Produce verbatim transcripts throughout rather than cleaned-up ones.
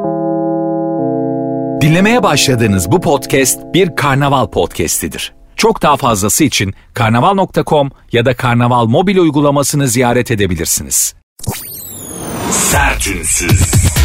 Dinlemeye başladığınız bu podcast bir karnaval podcastidir. Çok daha fazlası için karnaval nokta com ya da Karnaval mobil uygulamasını ziyaret edebilirsiniz. Sertünsüz.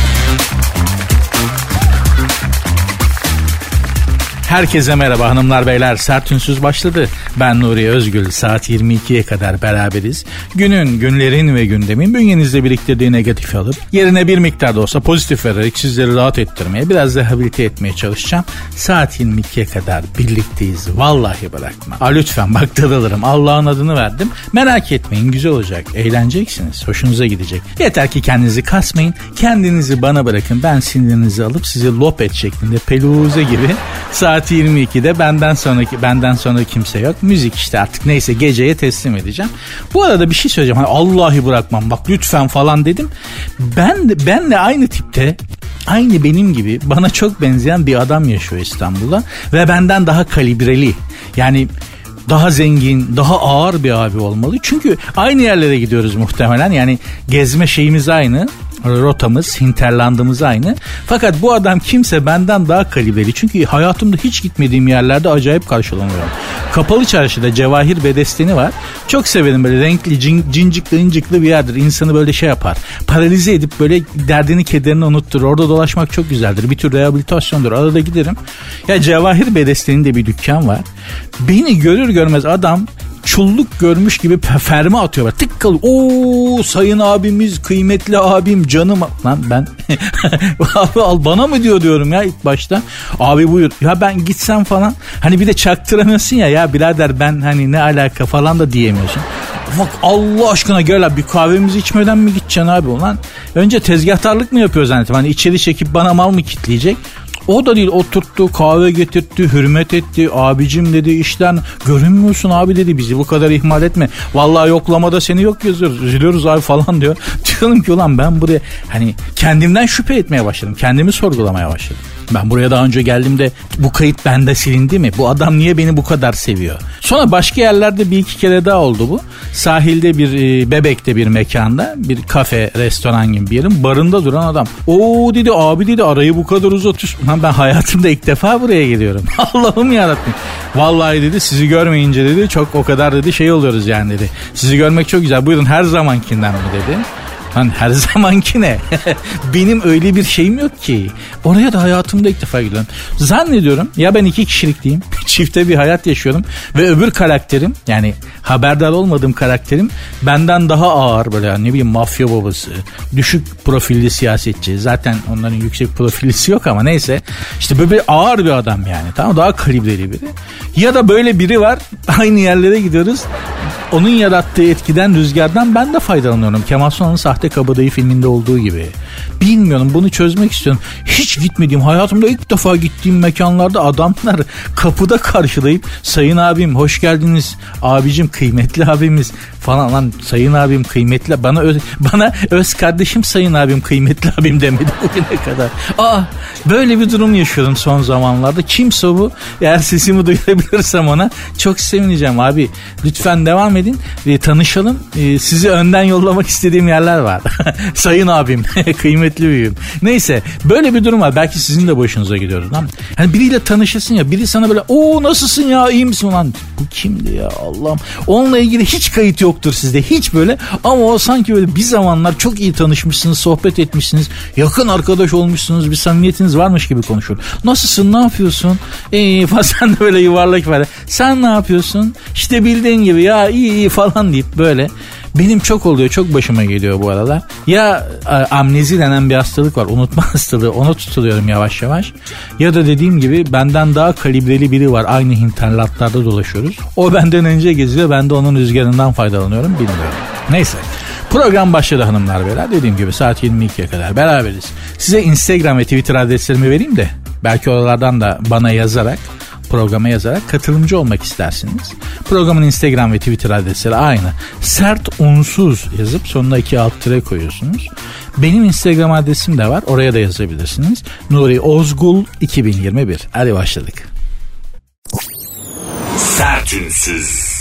Herkese merhaba hanımlar beyler, Sertünsüz başladı. Ben Nuri Özgül, saat yirmi ikiye kadar beraberiz. Günün, günlerin ve gündemin bünyenizde biriktirdiği negatifi alıp yerine bir miktar da olsa pozitif vererek sizleri rahat ettirmeye, biraz rehabilite etmeye çalışacağım. Saat yirmi ikiye kadar birlikteyiz, vallahi bırakma. Aa, lütfen bak darılırım, Allah'ın adını verdim. Merak etmeyin, güzel olacak, eğleneceksiniz, hoşunuza gidecek. Yeter ki kendinizi kasmayın, kendinizi bana bırakın. Ben sinirinizi alıp sizi lopet şeklinde peluze gibi saat yirmi ikide benden sonraki benden sonra kimse yok. Müzik işte artık neyse, geceye teslim edeceğim. Bu arada bir şey söyleyeceğim. Hani Allah'ı bırakmam bak lütfen falan dedim. Ben de, benle aynı tipte, aynı benim gibi bana çok benzeyen bir adam yaşıyor İstanbul'da ve benden daha kalibreli. Yani daha zengin, daha ağır bir abi olmalı. Çünkü aynı yerlere gidiyoruz muhtemelen. Yani gezme şeyimiz aynı. Rotamız, hinterlandımız aynı. Fakat bu adam kimse benden daha kalibreli. Çünkü hayatımda hiç gitmediğim yerlerde acayip karşılanıyorum. Kapalı Çarşı'da Cevahir Bedesteni var. Çok severim, böyle renkli, cin, cincikli incikli bir yerdir. İnsanı böyle şey yapar, paralize edip böyle derdini kederini unutturur. Orada dolaşmak çok güzeldir. Bir tür rehabilitasyondur. Arada giderim. Ya Cevahir Bedesteni'nin de bir dükkan var. Beni görür görmez adam çulluk görmüş gibi ferme atıyorlar. Tık kalıyor. Oo sayın abimiz, kıymetli abim, canım. Lan ben abi al bana mı diyor diyorum ya ilk başta. Abi buyur. Ya ben gitsem falan. Hani bir de çaktıramıyorsun ya. Ya birader ben hani ne alaka falan da diyemiyorsun. Bak Allah aşkına gel abi, bir kahvemizi içmeden mi gideceksin abi ulan? Önce tezgahtarlık mı yapıyor zannettim. Hani içeri çekip bana mal mı kitleyecek? O da değil, oturttu, kahve getirtti, hürmet etti, abicim dedi, işten görünmüyorsun abi dedi, bizi bu kadar ihmal etme. Vallahi yoklamada seni yok yazıyoruz, üzülüyoruz abi falan diyor. Diyorum ki ulan ben buraya hani kendimden şüphe etmeye başladım, kendimi sorgulamaya başladım. Ben buraya daha önce geldiğimde bu kayıt bende silindi mi? Bu adam niye beni bu kadar seviyor? Sonra başka yerlerde bir iki kere daha oldu bu. Sahilde bir, e, Bebek'te bir mekanda, bir kafe, restoran gibi bir yerin barında duran adam. Oo dedi, abi dedi, arayı bu kadar uzatıyorsun. Lan ben hayatımda ilk defa buraya geliyorum. Allah'ım yarabbim. Vallahi dedi, sizi görmeyince dedi çok o kadar dedi şey oluyoruz yani dedi. Sizi görmek çok güzel, buyurun her zamankinden mi dedi. Lan her zamanki ne? Benim öyle bir şeyim yok ki. Oraya da hayatımda ilk defa gidiyorum. Zannediyorum ya ben iki kişilikliyim. Çifte bir hayat yaşıyorum. Ve öbür karakterim, yani haberdar olmadığım karakterim benden daha ağır, böyle ne bileyim mafya babası, düşük profilli siyasetçi. Zaten onların yüksek profillisi yok ama neyse. İşte böyle bir ağır bir adam yani. Tamam, daha kalibreli biri. Ya da böyle biri var. Aynı yerlere gidiyoruz. Onun yarattığı etkiden, rüzgardan ben de faydalanıyorum. Kemal Sunal'ın Sahte Kabadayı filminde olduğu gibi. Bilmiyorum, bunu çözmek istiyorum. Hiç gitmediğim, hayatımda ilk defa gittiğim mekanlarda adamlar kapıda karşılayıp sayın abim hoş geldiniz, abicim kıymetli abimiz falan, lan sayın abim kıymetli, bana öz, bana öz kardeşim sayın abim kıymetli abim demedi bugüne kadar. Aa, böyle bir durum yaşıyorum son zamanlarda. Kimse bu, eğer sesimi duyabilirsem ona çok sevineceğim abi. Lütfen devam edin ve tanışalım. Ee, sizi önden yollamak istediğim yerler var. Sayın abim, kıymetli büyüğüm. Neyse, böyle bir durum var. Belki sizin de başınıza gidiyor lan. Hani biriyle tanışırsın ya, biri sana böyle o nasılsın ya, iyi misin lan? Bu kimdi ya Allah'ım? Onunla ilgili hiç kayıt yoktur sizde, hiç böyle, ama o sanki böyle bir zamanlar çok iyi tanışmışsınız, sohbet etmişsiniz, yakın arkadaş olmuşsunuz, bir samimiyetiniz varmış gibi konuşur. Nasılsın, ne yapıyorsun? İyi falan, sen de böyle yuvarlak var. Sen ne yapıyorsun? İşte bildiğin gibi ya, iyi iyi falan deyip böyle. Benim çok oluyor, çok başıma geliyor bu aralar. Ya amnezi denen bir hastalık var, unutma hastalığı, ona tutuluyorum yavaş yavaş. Ya da dediğim gibi benden daha kalibreli biri var, aynı hinterlandlarda dolaşıyoruz. O benden önce geziyor, ben de onun rüzgarından faydalanıyorum, bilmiyorum. Neyse, program başladı hanımlar beyler. Dediğim gibi saat yirmi ikiye kadar beraberiz. Size Instagram ve Twitter adreslerimi vereyim de belki oralardan da bana yazarak, programa yazarak katılımcı olmak istersiniz. Programın Instagram ve Twitter adresleri aynı. Sert unsuz yazıp sonuna iki alt tire koyuyorsunuz. Benim Instagram adresim de var. Oraya da yazabilirsiniz. Nuri Ozgul iki bin yirmi bir. Hadi başladık. Sert unsuz.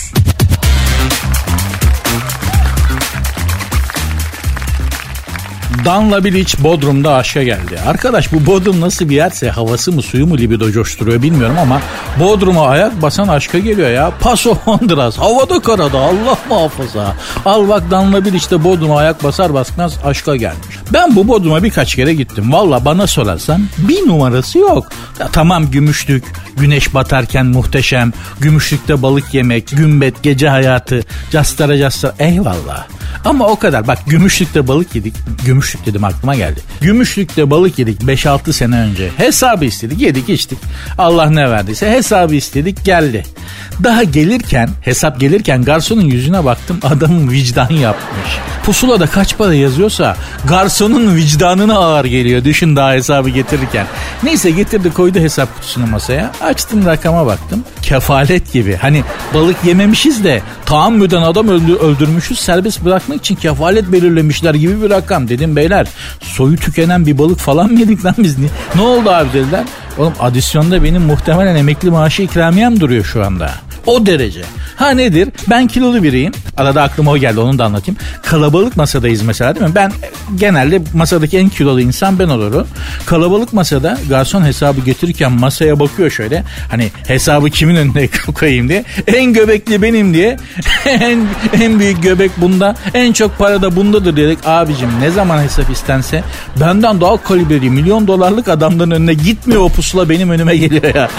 Danla Bilic Bodrum'da aşka geldi. Arkadaş bu Bodrum nasıl bir yerse havası mı suyu mu libido coşturuyor bilmiyorum ama Bodrum'a ayak basan aşka geliyor ya. Paso Honduras havada karada Allah muhafaza. Al bak Danla Bilic de Bodrum'a ayak basar basmaz aşka gelmiş. Ben bu Bodrum'a birkaç kere gittim. Valla bana sorarsan bir numarası yok. Ya tamam Gümüşlük, güneş batarken muhteşem, Gümüşlük'te balık yemek, gümbet, gece hayatı, castara castara eyvallah. Ama o kadar. Bak Gümüşlük'te balık yedik. Gümüşlük dedim aklıma geldi. Gümüşlük'te balık yedik beş altı sene önce. Hesabı istedik, yedik içtik. Allah ne verdiyse hesabı istedik, geldi. Daha gelirken, hesap gelirken garsonun yüzüne baktım, adamın vicdan yapmış. Pusulada kaç para yazıyorsa garsonun vicdanına ağır geliyor. Düşün daha hesabı getirirken. Neyse getirdi koydu hesap kutusunu masaya. Açtım rakama baktım. Kefalet gibi. Hani balık yememişiz de tahammüden adam öldü, öldürmüşüz, serbest bırakmak için kefalet belirlemişler gibi bir rakam. Dedim beyler soyu tükenen bir balık falan mı yedik lan biz? Ne, ne oldu abi dediler. Oğlum adisyonda benim muhtemelen emekli maaşı ikramiyem duruyor şu anda. O derece. Ha nedir? Ben kilolu biriyim. Arada aklıma o geldi, onu da anlatayım. Kalabalık masadayız mesela, değil mi? Ben genelde masadaki en kilolu insan ben olurum. Kalabalık masada garson hesabı getirirken masaya bakıyor şöyle. Hani hesabı kimin önüne koyayım diye. En göbekli benim diye. en, en büyük göbek bunda. En çok para da bundadır diyerek abicim ne zaman hesap istense benden daha kalibreli milyon dolarlık adamların önüne gitmiyor, o pusula benim önüme geliyor ya.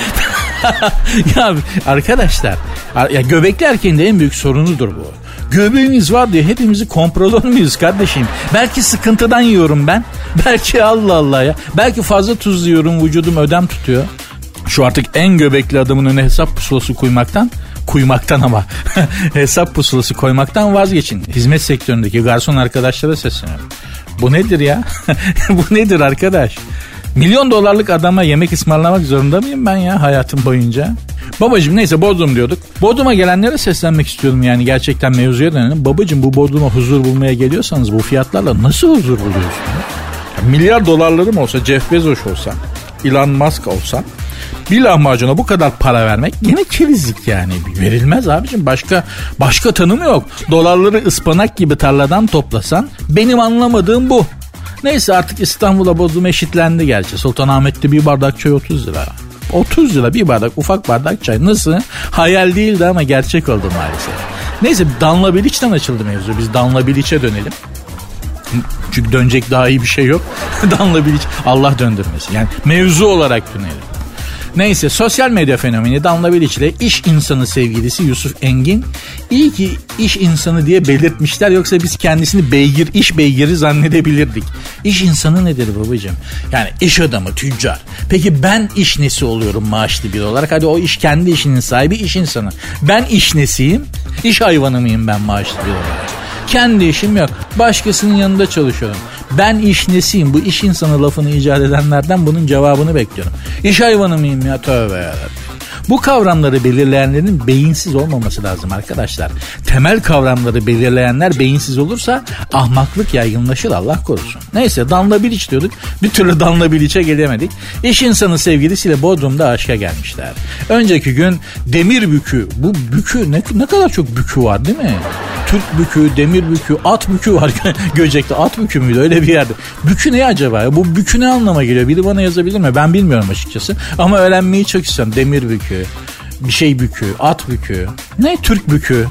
Ya arkadaşlar ya göbekli erkeğin de en büyük sorunudur bu. Göbeğimiz var diye hepimizi komprador muyuz kardeşim? Belki sıkıntıdan yiyorum ben. Belki Allah Allah ya. Belki fazla tuz yiyorum, vücudum ödem tutuyor. Şu artık en göbekli adamın önüne hesap pusulası koymaktan, koymaktan ama hesap pusulası koymaktan vazgeçin. Hizmet sektöründeki garson arkadaşlara sesleniyorum. Bu nedir ya? Bu nedir arkadaş? Milyon dolarlık adama yemek ısmarlamak zorunda mıyım ben ya hayatım boyunca? Babacım neyse Bodrum diyorduk. Bodrum'a gelenlere seslenmek istiyorum yani, gerçekten mevzuya dönelim. Babacım bu Bodrum'a huzur bulmaya geliyorsanız bu fiyatlarla nasıl huzur buluyorsunuz? Ya, milyar dolarlarım olsa, Jeff Bezos olsa, Elon Musk olsa bir lahmacuna bu kadar para vermek yine kerizlik yani. Verilmez abicim. Başka başka tanımı yok. Dolarları ıspanak gibi tarladan toplasan benim anlamadığım bu. Neyse artık İstanbul'a Bodrum eşitlendi gerçi. Sultanahmet'te bir bardak çay otuz lira. otuz lira bir bardak, ufak bardak çay. Nasıl? Hayal değildi ama gerçek oldu maalesef. Neyse Danla Bilic'ten açıldı mevzu. Biz Danla Bilic'e dönelim. Çünkü dönecek daha iyi bir şey yok. Danla Bilic Allah döndürmesin. Yani mevzu olarak dönelim. Neyse sosyal medya fenomeni Danla Bilic ile iş insanı sevgilisi Yusuf Engin. İyi ki iş insanı diye belirtmişler, yoksa biz kendisini beygir, iş beygiri zannedebilirdik. İş insanı nedir babacığım? Yani iş adamı, tüccar. Peki ben iş nesi oluyorum maaşlı biri olarak? Hadi o iş kendi işinin sahibi, iş insanı. Ben iş nesiyim? İş hayvanı mıyım ben maaşlı biri olarak? Kendi işim yok. Başkasının yanında çalışıyorum. Ben iş nesiyim? Bu iş insanı lafını icat edenlerden bunun cevabını bekliyorum. İş hayvanı mıyım ya? Tövbe yarabbim. Bu kavramları belirleyenlerin beyinsiz olmaması lazım arkadaşlar. Temel kavramları belirleyenler beyinsiz olursa ahmaklık yaygınlaşır, Allah korusun. Neyse Danla Bilic diyorduk. Bir türlü Danla Bilic'e gelemedik. İş insanı sevgilisiyle Bodrum'da aşka gelmişler. Önceki gün demir bükü. Bu bükü ne, ne kadar çok bükü var değil mi? Türk bükü, demir bükü, at bükü var Göcek'te. At bükü müydü öyle bir yerde? Bükü ne acaba? Bu bükü ne anlama geliyor? Biri bana yazabilir mi? Ben bilmiyorum açıkçası. Ama öğrenmeyi çok istiyorum. Demir bükü, bir şey bükü, at bükü. Ne Türk bükü?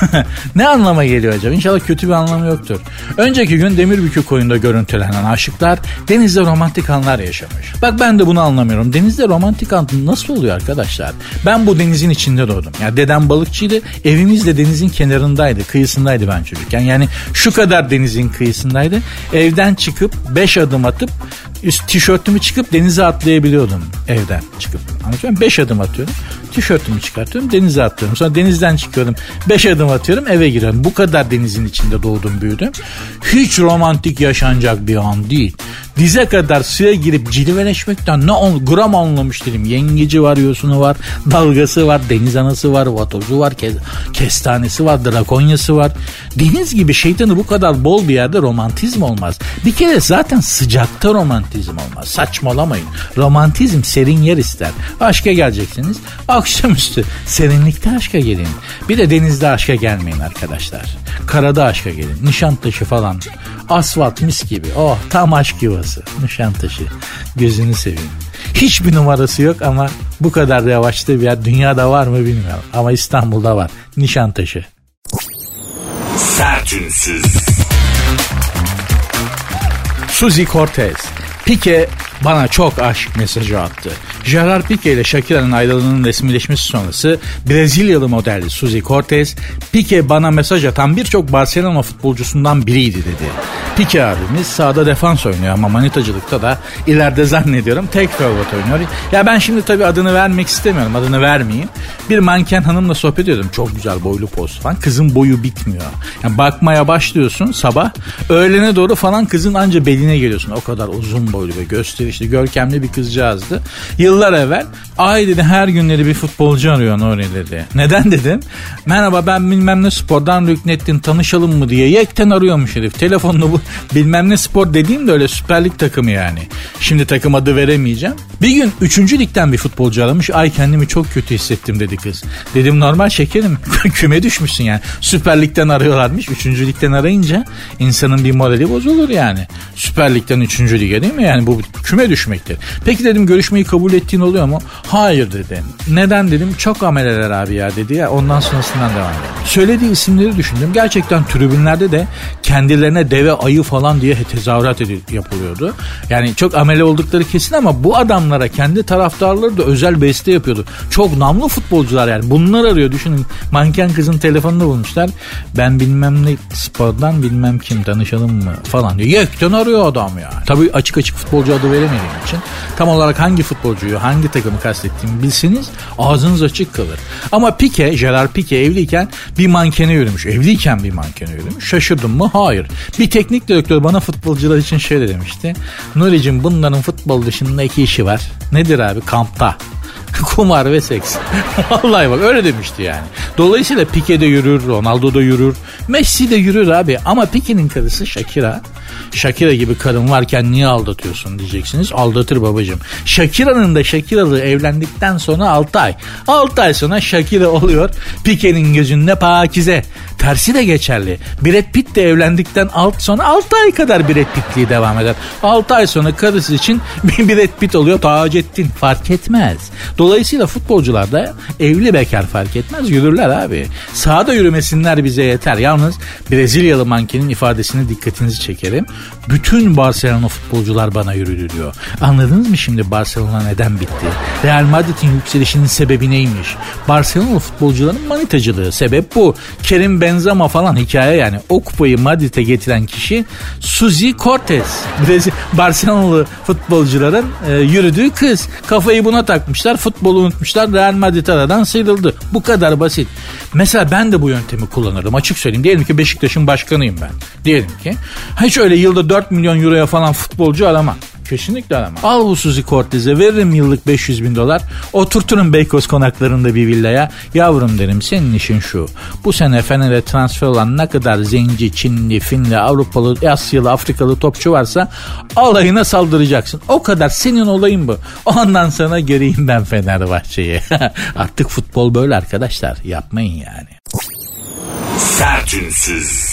Ne anlama geliyor acaba? İnşallah kötü bir anlamı yoktur. Önceki gün Demirbükü koyunda görüntülenen aşıklar denizde romantik anlar yaşamış. Bak ben de bunu anlamıyorum. Denizde romantik an nasıl oluyor arkadaşlar? Ben bu denizin içinde doğdum. Yani dedem balıkçıydı. Evimiz de denizin kenarındaydı. Kıyısındaydı ben çocukken. Yani şu kadar denizin kıyısındaydı. Evden çıkıp beş adım atıp üst tişörtümü çıkıp denize atlayabiliyordum evden çıkıp. Anlatıyor muyum? beş adım atıyorum. Tişörtümü çıkartıyorum, denize atlıyorum. Sonra denizden çıkıyorum. beş adım atıyorum, eve giriyorum. Bu kadar denizin içinde doğdum, büyüdüm. Hiç romantik yaşanacak bir an değil. dize kadar suya girip cilveleşmekten ne on, gram anlamış değilim. Yengeci var, yosunu var, dalgası var, deniz anası var, vatozu var, ke, kestanesi var, drakonyası var. Deniz gibi şeytanı bu kadar bol bir yerde romantizm olmaz. Bir kere zaten sıcakta romantizm olmaz. Saçmalamayın. Romantizm serin yer ister. Aşka geleceksiniz. Akşamüstü serinlikte aşka gelin. Bir de denizde aşka gelmeyin arkadaşlar. Karada aşka gelin. Nişantaşı falan. Asfalt mis gibi. Oh, tam aşk yuvası. Nişantaşı. Gözünü seveyim. Hiçbir numarası yok ama bu kadar yavaşta bir yer dünyada var mı bilmiyorum. Ama İstanbul'da var. Nişantaşı. Sertünsüz. Suzy Cortez. Pique bana çok aşk mesajı attı. Gerard Pique ile Shakira'nın ayrılığının resmileşmesi sonrası Brezilyalı modelli Suzy Cortez, Pique bana mesaj atan birçok Barcelona futbolcusundan biriydi dedi. Pique abimiz sahada defans oynuyor ama manitacılıkta da ileride zannediyorum tek forvet oynuyor. Ya ben şimdi tabii adını vermek istemiyorum, adını vermeyeyim. Bir manken hanımla sohbet ediyordum. Çok güzel boylu poz falan. Kızın boyu bitmiyor. Yani bakmaya başlıyorsun sabah, öğlene doğru falan kızın anca beline geliyorsun. O kadar uzun boylu ve gösterişli, görkemli bir kızcağızdı. Yıllar evvel ay dedi her günleri bir futbolcu arıyor Nuri dedi. Neden dedim? Merhaba ben bilmem ne spordan Rüknettin tanışalım mı diye yekten arıyormuş herif. Telefonunu bu bilmem ne spor dediğim de öyle Süper Lig takımı yani. Şimdi takım adı veremeyeceğim. Bir gün üçüncü ligden bir futbolcu aramış. Ay kendimi çok kötü hissettim dedi kız. Dedim normal şekerim. Küme düşmüşsün yani. Süper Lig'den arıyorlarmış. üçüncü ligden arayınca insanın bir morali bozulur yani. Süper Lig'den üçüncü lige değil mi? Yani bu küme düşmektir. Peki dedim görüşmeyi kabul ettiğin oluyor mu? Hayır dedi. Neden dedim? Çok ameleler abi ya dedi ya. Ondan sonrasından devam edelim. Söylediği isimleri düşündüm. Gerçekten tribünlerde de kendilerine deve ayı falan diye tezahürat edip yapılıyordu. Yani çok amele oldukları kesin ama bu adamlara kendi taraftarları da özel beste yapıyordu. Çok namlı futbolcular yani. Bunlar arıyor. Düşünün manken kızın telefonunu bulmuşlar. Ben bilmem ne spordan bilmem kim tanışalım mı falan diyor. Yekten arıyor adam yani. Tabii açık açık futbolcu adı veremediğim için tam olarak hangi futbolcuyu, hangi takımı kastettiğimi bilseniz ağzınız açık kalır. Ama Pique, Gerard Pique evliyken bir mankene yürümüş. Evliyken bir mankene yürümüş. Şaşırdım mı? Hayır. Bir teknik direktör bana futbolcular için şöyle demişti. Nuri'cim bunların futbol dışında iki işi var. Nedir abi? Kampta. Kumar ve seks. Vallahi bak öyle demişti yani. Dolayısıyla Pique de yürür, Ronaldo da yürür, Messi de yürür abi. Ama Pique'nin karısı Shakira. Shakira gibi karın varken niye aldatıyorsun diyeceksiniz. Aldatır babacığım. Shakira'nın da Shakira'lı evlendikten sonra altı ay. altı ay sonra Shakira oluyor. Pique'nin gözünde pakize. Tersi de geçerli. Brad Pitt de evlendikten alt sonra altı ay kadar Brad Pitt'liği devam eder. altı ay sonra karısı için Brad Pitt oluyor. Taceddin fark etmez. Dolayısıyla futbolcular da evli bekar fark etmez yürürler abi. Sahada yürümesinler bize yeter. Yalnız Brezilyalı mankenin ifadesine dikkatinizi çekerim. Bütün Barcelona futbolcular bana yürüdü diyor. Anladınız mı şimdi Barcelona neden bitti? Real Madrid'in yükselişinin sebebi neymiş? Barcelona futbolcuların manitacılığı. Sebep bu. Kerim Benzema falan hikaye yani. O kupayı Madrid'e getiren kişi Suzy Cortez. Brezilya, Barcelonalı futbolcuların e, yürüdüğü kız. Kafayı buna takmışlar. Futbolu unutmuşlar. Real Madrid aradan sıyrıldı. Bu kadar basit. Mesela ben de bu yöntemi kullanırım. Açık söyleyeyim. Diyelim ki Beşiktaş'ın başkanıyım ben. Diyelim ki. Hiç öyle yılda dört milyon euroya falan futbolcu aramam. Kesinlikle aramam. Al bu Suzy Cortez'e veririm yıllık beş yüz bin dolar. Oturturum Beykoz konaklarında bir villaya. Yavrum derim senin işin şu. Bu sene Fener'e transfer olan ne kadar zenci, Çinli, Finli, Avrupalı, Asyalı, Afrikalı topçu varsa alayına saldıracaksın. O kadar senin olayın bu. Ondan sonra göreyim ben Fenerbahçe'yi. Artık futbol böyle arkadaşlar. Yapmayın yani. Sertünsüz.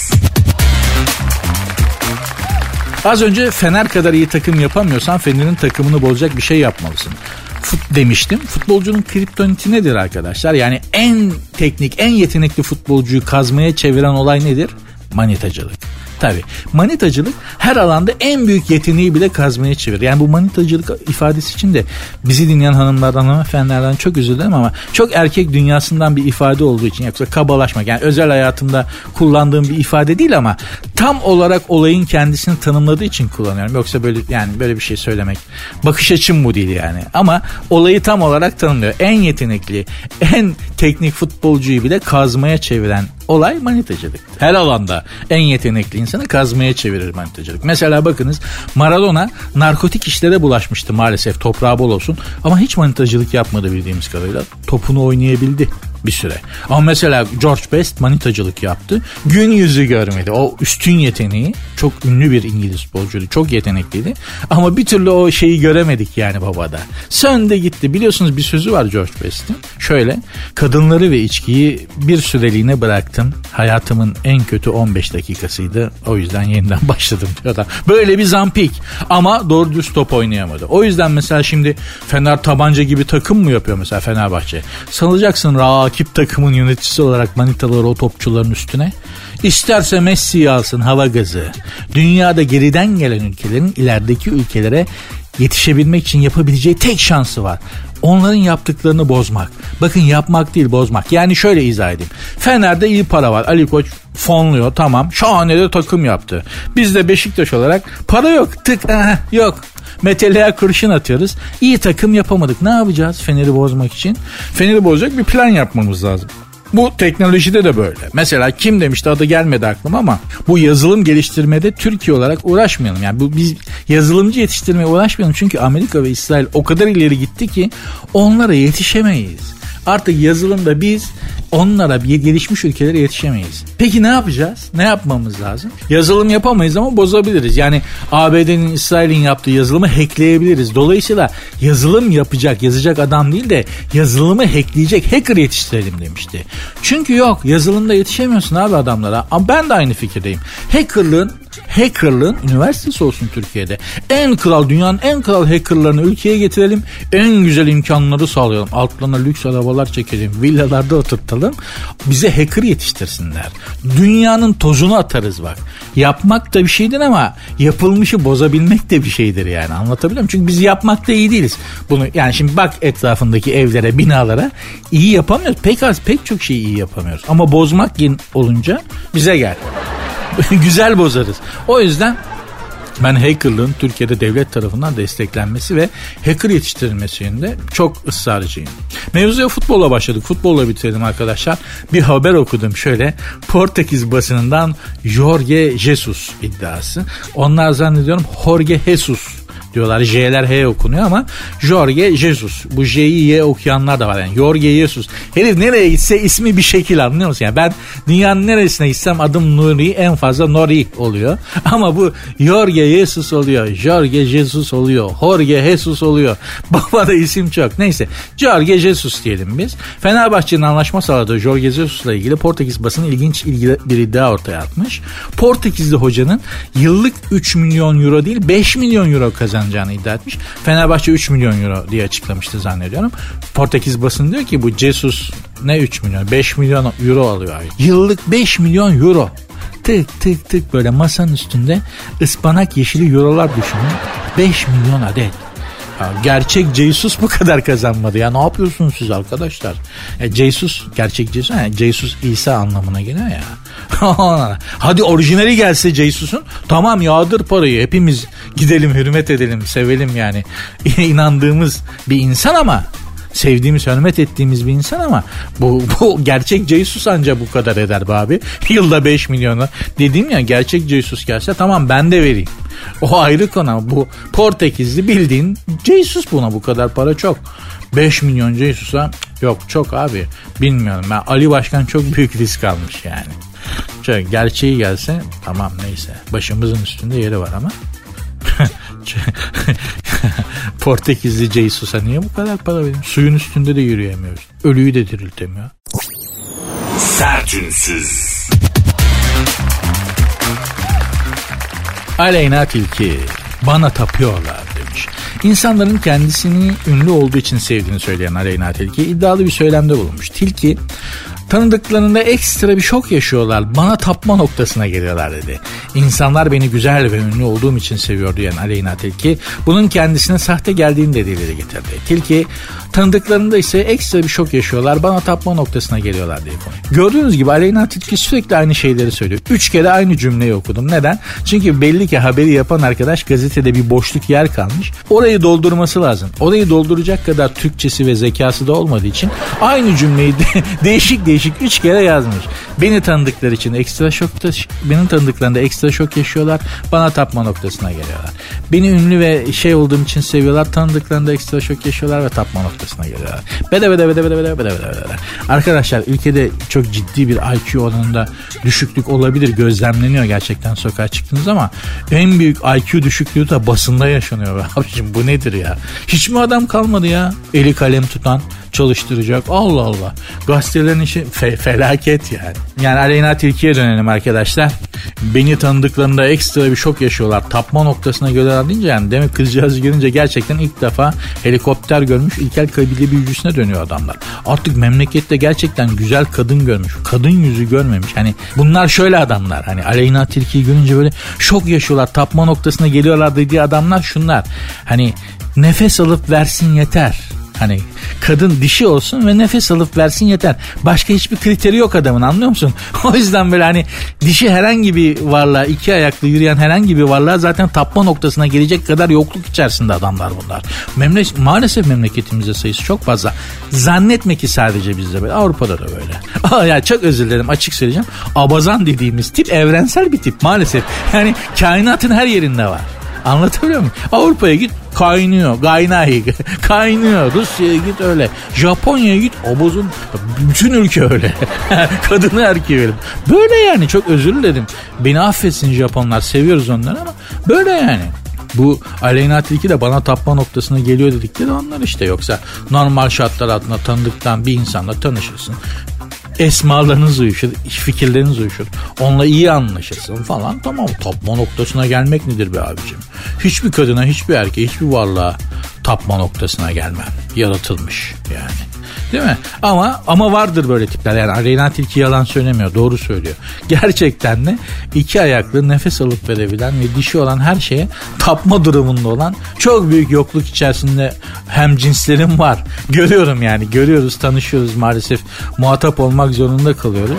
Az önce Fener kadar iyi takım yapamıyorsan Fener'in takımını bozacak bir şey yapmalısın. Fut demiştim. Futbolcunun kriptoniti nedir arkadaşlar? Yani en teknik, en yetenekli futbolcuyu kazmaya çeviren olay nedir? Manitacılık. Tabii manitacılık her alanda en büyük yeteneği bile kazmaya çevirir. Yani bu manitacılık ifadesi için de bizi dinleyen hanımlardan, hanımefendilerden çok özür dilerim ama çok erkek dünyasından bir ifade olduğu için, yoksa kabalaşmak yani özel hayatımda kullandığım bir ifade değil ama tam olarak olayın kendisini tanımladığı için kullanıyorum. Yoksa böyle yani böyle bir şey söylemek bakış açım bu değil yani. Ama olayı tam olarak tanımlıyor. En yetenekli, en teknik futbolcuyu bile kazmaya çeviren olay manitacılık. Her alanda en yetenekli insanı kazmaya çevirir manitacılık. Mesela bakınız, Maradona narkotik işlere bulaşmıştı maalesef, toprağı bol olsun. Ama hiç manitacılık yapmadı bildiğimiz kadarıyla. Topunu oynayabildi bir süre. Ama mesela George Best manitacılık yaptı. Gün yüzü görmedi. O üstün yeteneği, çok ünlü bir İngiliz futbolcuydu. Çok yetenekliydi. Ama bir türlü o şeyi göremedik yani babada. Söndü gitti. Biliyorsunuz bir sözü var George Best'in. Şöyle: kadınları ve içkiyi bir süreliğine bıraktım. Hayatımın en kötü on beş dakikasıydı. O yüzden yeniden başladım diyor da. Böyle bir zampik. Ama doğru düz top oynayamadı. O yüzden mesela şimdi Fener tabanca gibi takım mı yapıyor mesela Fenerbahçe? Sanacaksın rakip takımın yöneticisi olarak manitaları o topçuların üstüne. İsterse Messi'yi alsın, hava gazı. Dünyada geriden gelen ülkelerin ilerideki ülkelere yetişebilmek için yapabileceği tek şansı var: onların yaptıklarını bozmak. Bakın, yapmak değil, bozmak. Yani şöyle izah edeyim. Fener'de iyi para var. Ali Koç fonluyor, tamam. Şahane de takım yaptı. Biz de Beşiktaş olarak para yok. Tık aha, yok. Meteliğe kurşun atıyoruz. İyi takım yapamadık. Ne yapacağız Fener'i bozmak için? Fener'i bozacak bir plan yapmamız lazım. Bu teknolojide de böyle. Mesela kim demişti, adı gelmedi aklıma, ama bu yazılım geliştirmede Türkiye olarak uğraşmayalım. Yani bu, biz yazılımcı yetiştirmeye uğraşmayalım. Çünkü Amerika ve İsrail o kadar ileri gitti ki onlara yetişemeyiz. Artık yazılımda biz onlara, gelişmiş ülkelere yetişemeyiz. Peki ne yapacağız? Ne yapmamız lazım? Yazılım yapamayız ama bozabiliriz. Yani A B D'nin, İsrail'in yaptığı yazılımı hackleyebiliriz. Dolayısıyla yazılım yapacak, yazacak adam değil de yazılımı hackleyecek hacker yetiştirelim demişti. Çünkü yok, yazılımda yetişemiyorsun abi adamlara. Ama ben de aynı fikirdeyim. Hackerlığın Hackerlığın üniversitesi olsun Türkiye'de. En kral, dünyanın en kral hackerlarını ülkeye getirelim. En güzel imkanları sağlayalım. Altlarına lüks arabalar çekelim. Villalarda oturtalım. Bize hacker yetiştirsinler. Dünyanın tozunu atarız bak. Yapmak da bir şeydir ama yapılmışı bozabilmek de bir şeydir yani. Anlatabiliyor muyum? Çünkü biz yapmakta iyi değiliz. Bunu yani şimdi bak etrafındaki evlere, binalara, iyi yapamıyoruz. Pek az, pek çok şeyi iyi yapamıyoruz. Ama bozmak olunca bize gel. Güzel bozarız. O yüzden ben hackerlığın Türkiye'de devlet tarafından desteklenmesi ve hacker yetiştirilmesi yönünde çok ısrarcıyım. Mevzuya futbolla başladık. Futbolla bitirelim arkadaşlar. Bir haber okudum şöyle. Portekiz basınından Jorge Jesus iddiası. Onlar zannediyorum Jorge Jesus diyorlar. J'ler H okunuyor ama Jorge Jesus. Bu J'yi Y okuyanlar da var yani. Jorge Jesus. Herif nereye gitse ismi bir şekil, anlıyor musun? Yani ben dünyanın neresine gitsem adım Nuri, en fazla Nori oluyor. Ama bu Jorge Jesus oluyor. Jorge Jesus oluyor. Jorge Jesus oluyor. Baba da isim çok. Neyse. Jorge Jesus diyelim biz. Fenerbahçe'nin anlaşma sağladığı Jorge Jesus'la ilgili Portekiz basını ilginç ilgili bir iddia ortaya atmış. Portekizli hocanın yıllık üç milyon euro değil beş milyon euro kazanacağını iddia etmiş. Fenerbahçe üç milyon euro diye açıklamıştı zannediyorum. Portekiz basını diyor ki bu Jesus ne üç milyon? beş milyon euro alıyor abi. Yıllık beş milyon euro. Tık tık tık böyle masanın üstünde ıspanak yeşili eurolar düşünün. beş milyon adet. Ya gerçek Jesus bu kadar kazanmadı. Ya ne yapıyorsunuz siz arkadaşlar? E, Jesus, gerçek Jesus, yani Jesus İsa anlamına geliyor ya. Hadi orijinali gelse Jesus'un, tamam yağdır parayı, hepimiz gidelim, hürmet edelim, sevelim yani. İnandığımız bir insan ama, sevdiğimiz, hürmet ettiğimiz bir insan ama bu, bu gerçek Jesus ancak bu kadar eder be abi. Yılda beş milyona. Dedim ya, gerçek Jesus gelse tamam ben de vereyim. O ayrı konu. Bu Portekizli bildiğin Jesus, buna bu kadar para çok. beş milyon Jesus'a yok, çok abi. Bilmiyorum ben, Ali Başkan çok büyük risk almış yani. Şöyle gerçeği gelse tamam, neyse. Başımızın üstünde yeri var ama. Portekizli Jesus'a niye bu kadar para vereyim? Suyun üstünde de yürüyemiyoruz. Ölüyü de diriltemiyor. Sertünsüz. Aleyna Tilki bana tapıyorlar demiş. İnsanların kendisini ünlü olduğu için sevdiğini söyleyen Aleyna Tilki iddialı bir söylemde bulunmuş. Tilki, tanıdıklarında ekstra bir şok yaşıyorlar, bana tapma noktasına geliyorlar dedi. İnsanlar beni güzel ve ünlü olduğum için seviyor diyen Aleyna Tilki, bunun kendisine sahte geldiğini de dile getirdi. Tilki, Tanıdıklarında ise ekstra bir şok yaşıyorlar. Bana tapma noktasına geliyorlar diye konuşuyor. Gördüğünüz gibi Aleyna Tilki sürekli aynı şeyleri söylüyor. Üç kere aynı cümleyi okudum. Neden? Çünkü belli ki haberi yapan arkadaş gazetede bir boşluk yer kalmış. Orayı doldurması lazım. Orayı dolduracak kadar Türkçesi ve zekası da olmadığı için aynı cümleyi de değişik değişik üç kere yazmış. Beni tanıdıkları için ekstra şok, benim tanıdıklarında ekstra şok yaşıyorlar. Bana tapma noktasına geliyorlar. Beni ünlü ve şey olduğum için seviyorlar. Tanıdıklarında ekstra şok yaşıyorlar ve tapma noktasına geliyorlar. Bede bede bede bede bede bede bede. Arkadaşlar ülkede çok ciddi bir I Q oranında düşüklük olabilir. Gözlemleniyor gerçekten sokağa çıktınız ama en büyük I Q düşüklüğü de basında yaşanıyor. Abiciğim bu nedir ya? Hiç mi adam kalmadı ya? Eli kalem tutan, çalıştıracak. Allah Allah. Gazetelerin işi fe- felaket yani. Yani Aleyna Tilki'ye dönelim arkadaşlar. Beni tanıdıklarında ekstra bir şok yaşıyorlar. Tapma noktasına göre deyince yani demek kızcağızı görünce gerçekten ilk defa helikopter görmüş ilkel kabile büyücüsüne dönüyor adamlar. Artık memlekette gerçekten güzel kadın görmüş. Kadın yüzü görmemiş. Hani bunlar şöyle adamlar. Hani Aleyna Tilki'yi görünce böyle şok yaşıyorlar. Tapma noktasına geliyorlar dediği adamlar şunlar. Hani nefes alıp versin yeter. Hani kadın dişi olsun ve nefes alıp versin yeter. Başka hiçbir kriteri yok adamın, anlıyor musun? O yüzden böyle hani dişi herhangi bir varlığa, iki ayaklı yürüyen herhangi bir varlığa zaten tapma noktasına gelecek kadar yokluk içerisinde adamlar bunlar. Memle- maalesef memleketimizde sayısı çok fazla. Zannetme ki sadece bizde böyle. Avrupa'da da böyle. Aa, ya çok özür dilerim, açık söyleyeceğim. Abazan dediğimiz tip evrensel bir tip maalesef. Yani kainatın her yerinde var. Anlatabiliyor muyum? Avrupa'ya git kaynıyor. Gaynayı kaynıyor. Rusya'ya git öyle. Japonya'ya git obozun. Bütün ülke öyle. Kadını erkeği öyle. Böyle yani, çok özür dilerim. Beni affetsin Japonlar. Seviyoruz onları ama böyle yani. Bu Aleyna Tilki de bana tapma noktasına geliyor dedikleri onlar işte. Yoksa normal şartlar altında tanıdıktan bir insanla tanışırsın. Esmalarınız uyuşur, fikirleriniz uyuşur. Onunla iyi anlaşırsın falan. Tamam, tapma noktasına gelmek nedir be abicim? Hiçbir kadına, hiçbir erkeğe, hiçbir varlığa tapma noktasına gelmem. Yaratılmış yani. Değil mi? Ama ama vardır böyle tipler. Yani Aleyna Tilki yalan söylemiyor. Doğru söylüyor. Gerçekten de iki ayaklı, nefes alıp verebilen ve dişi olan her şeye tapma durumunda olan çok büyük yokluk içerisinde hem cinslerim var. Görüyorum yani. Görüyoruz, tanışıyoruz. Maalesef muhatap olmak zorunda kalıyoruz.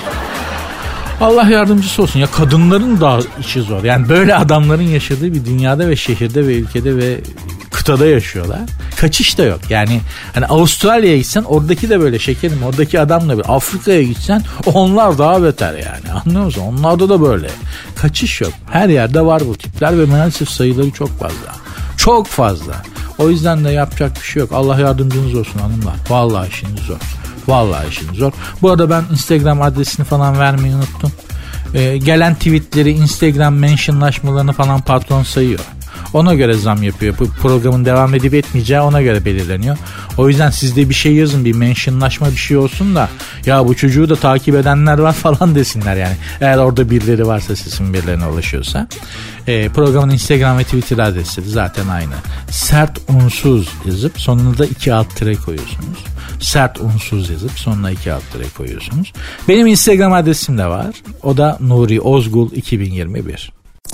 Allah yardımcısı olsun. Ya kadınların da işi zor. Yani böyle adamların yaşadığı bir dünyada ve şehirde ve ülkede ve kıtada yaşıyorlar. Kaçış da yok. Yani hani Avustralya'ya gitsen oradaki de böyle şekerim. Oradaki adam da böyle. Afrika'ya gitsen onlar daha beter yani. Anlıyor musun? Onlarda da böyle. Kaçış yok. Her yerde var bu tipler ve maalesef sayıları çok fazla. Çok fazla. O yüzden de yapacak bir şey yok. Allah yardımcınız olsun hanımlar. Vallahi işiniz zor. Vallahi işiniz zor. Bu arada ben Instagram adresini falan vermeyi unuttum. Ee, gelen tweetleri, Instagram mentionlaşmalarını falan patron sayıyor. Ona göre zam yapıyor. Bu programın devam edip etmeyeceği ona göre belirleniyor. O yüzden siz de bir şey yazın, bir mentionlaşma bir şey olsun da ya bu çocuğu da takip edenler var falan desinler yani. Eğer orada birileri varsa, sesin birilerine ulaşıyorsa. Ee, programın Instagram ve Twitter adresi zaten aynı. Sert unsuz yazıp sonuna da iki alt tire koyuyorsunuz. Sert unsuz yazıp sonuna iki alt tire koyuyorsunuz. Benim Instagram adresim de var. O da Nuri Ozgul iki bin yirmi bir.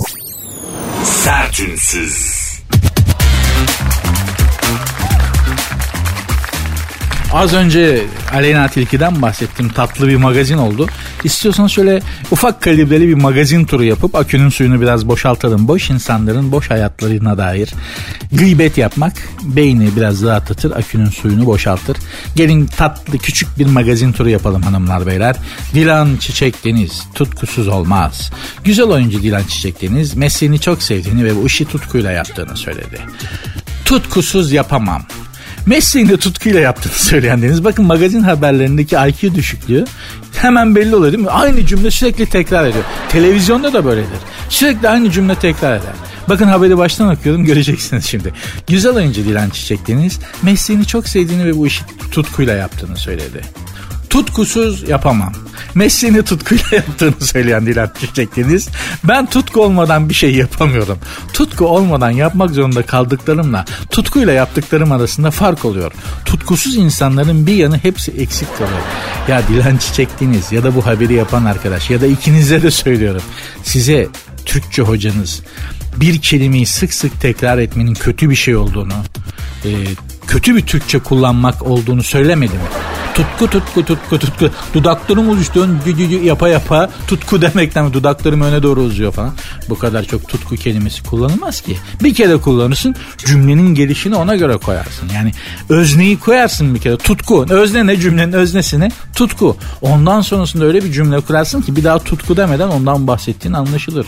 Sertünsüz. Az önce Aleyna Tilki'den bahsettim. Tatlı bir magazin oldu. İstiyorsanız şöyle ufak kalibreli bir magazin turu yapıp akünün suyunu biraz boşaltalım. Boş insanların boş hayatlarına dair gıybet yapmak beyni biraz rahatlatır, akünün suyunu boşaltır. Gelin tatlı küçük bir magazin turu yapalım hanımlar beyler. Dilan Çiçek Deniz tutkusuz olmaz. Güzel oyuncu Dilan Çiçek Deniz mesleğini çok sevdiğini ve bu işi tutkuyla yaptığını söyledi. Tutkusuz yapamam. Mesleğinde tutkuyla yaptığını söyleyen Deniz. Bakın magazin haberlerindeki I Q düşüklüğü hemen belli oluyor değil mi? Aynı cümle sürekli tekrar ediyor. Televizyonda da böyledir. Sürekli aynı cümle tekrar eder. Bakın haberi baştan okuyorum, göreceksiniz şimdi. Güzel oyuncu Dilan Çiçek Deniz mesleğini çok sevdiğini ve bu işi tutkuyla yaptığını söyledi. Tutkusuz yapamam. Mesleğini tutkuyla yaptığını söyleyen Dilan Çiçek Deniz. Ben tutku olmadan bir şey yapamıyorum. Tutku olmadan yapmak zorunda kaldıklarımla tutkuyla yaptıklarım arasında fark oluyor. Tutkusuz insanların bir yanı hepsi eksik kalıyor. Ya Dilan Çiçek Deniz ya da bu haberi yapan arkadaş ya da ikinize de söylüyorum. Size Türkçe hocanız bir kelimeyi sık sık tekrar etmenin kötü bir şey olduğunu, e, kötü bir Türkçe kullanmak olduğunu söylemedim. Tutku tutku tutku tutku. Dudaklarım uçtu yapa yapa tutku demekten dudaklarım öne doğru uzuyor falan. Bu kadar çok tutku kelimesi kullanılmaz ki. Bir kere kullanırsın, cümlenin gelişini ona göre koyarsın. Yani özneyi koyarsın bir kere. Tutku. Özne ne? Cümlenin öznesine tutku. Ondan sonrasında öyle bir cümle kurarsın ki bir daha tutku demeden ondan bahsettiğin anlaşılır.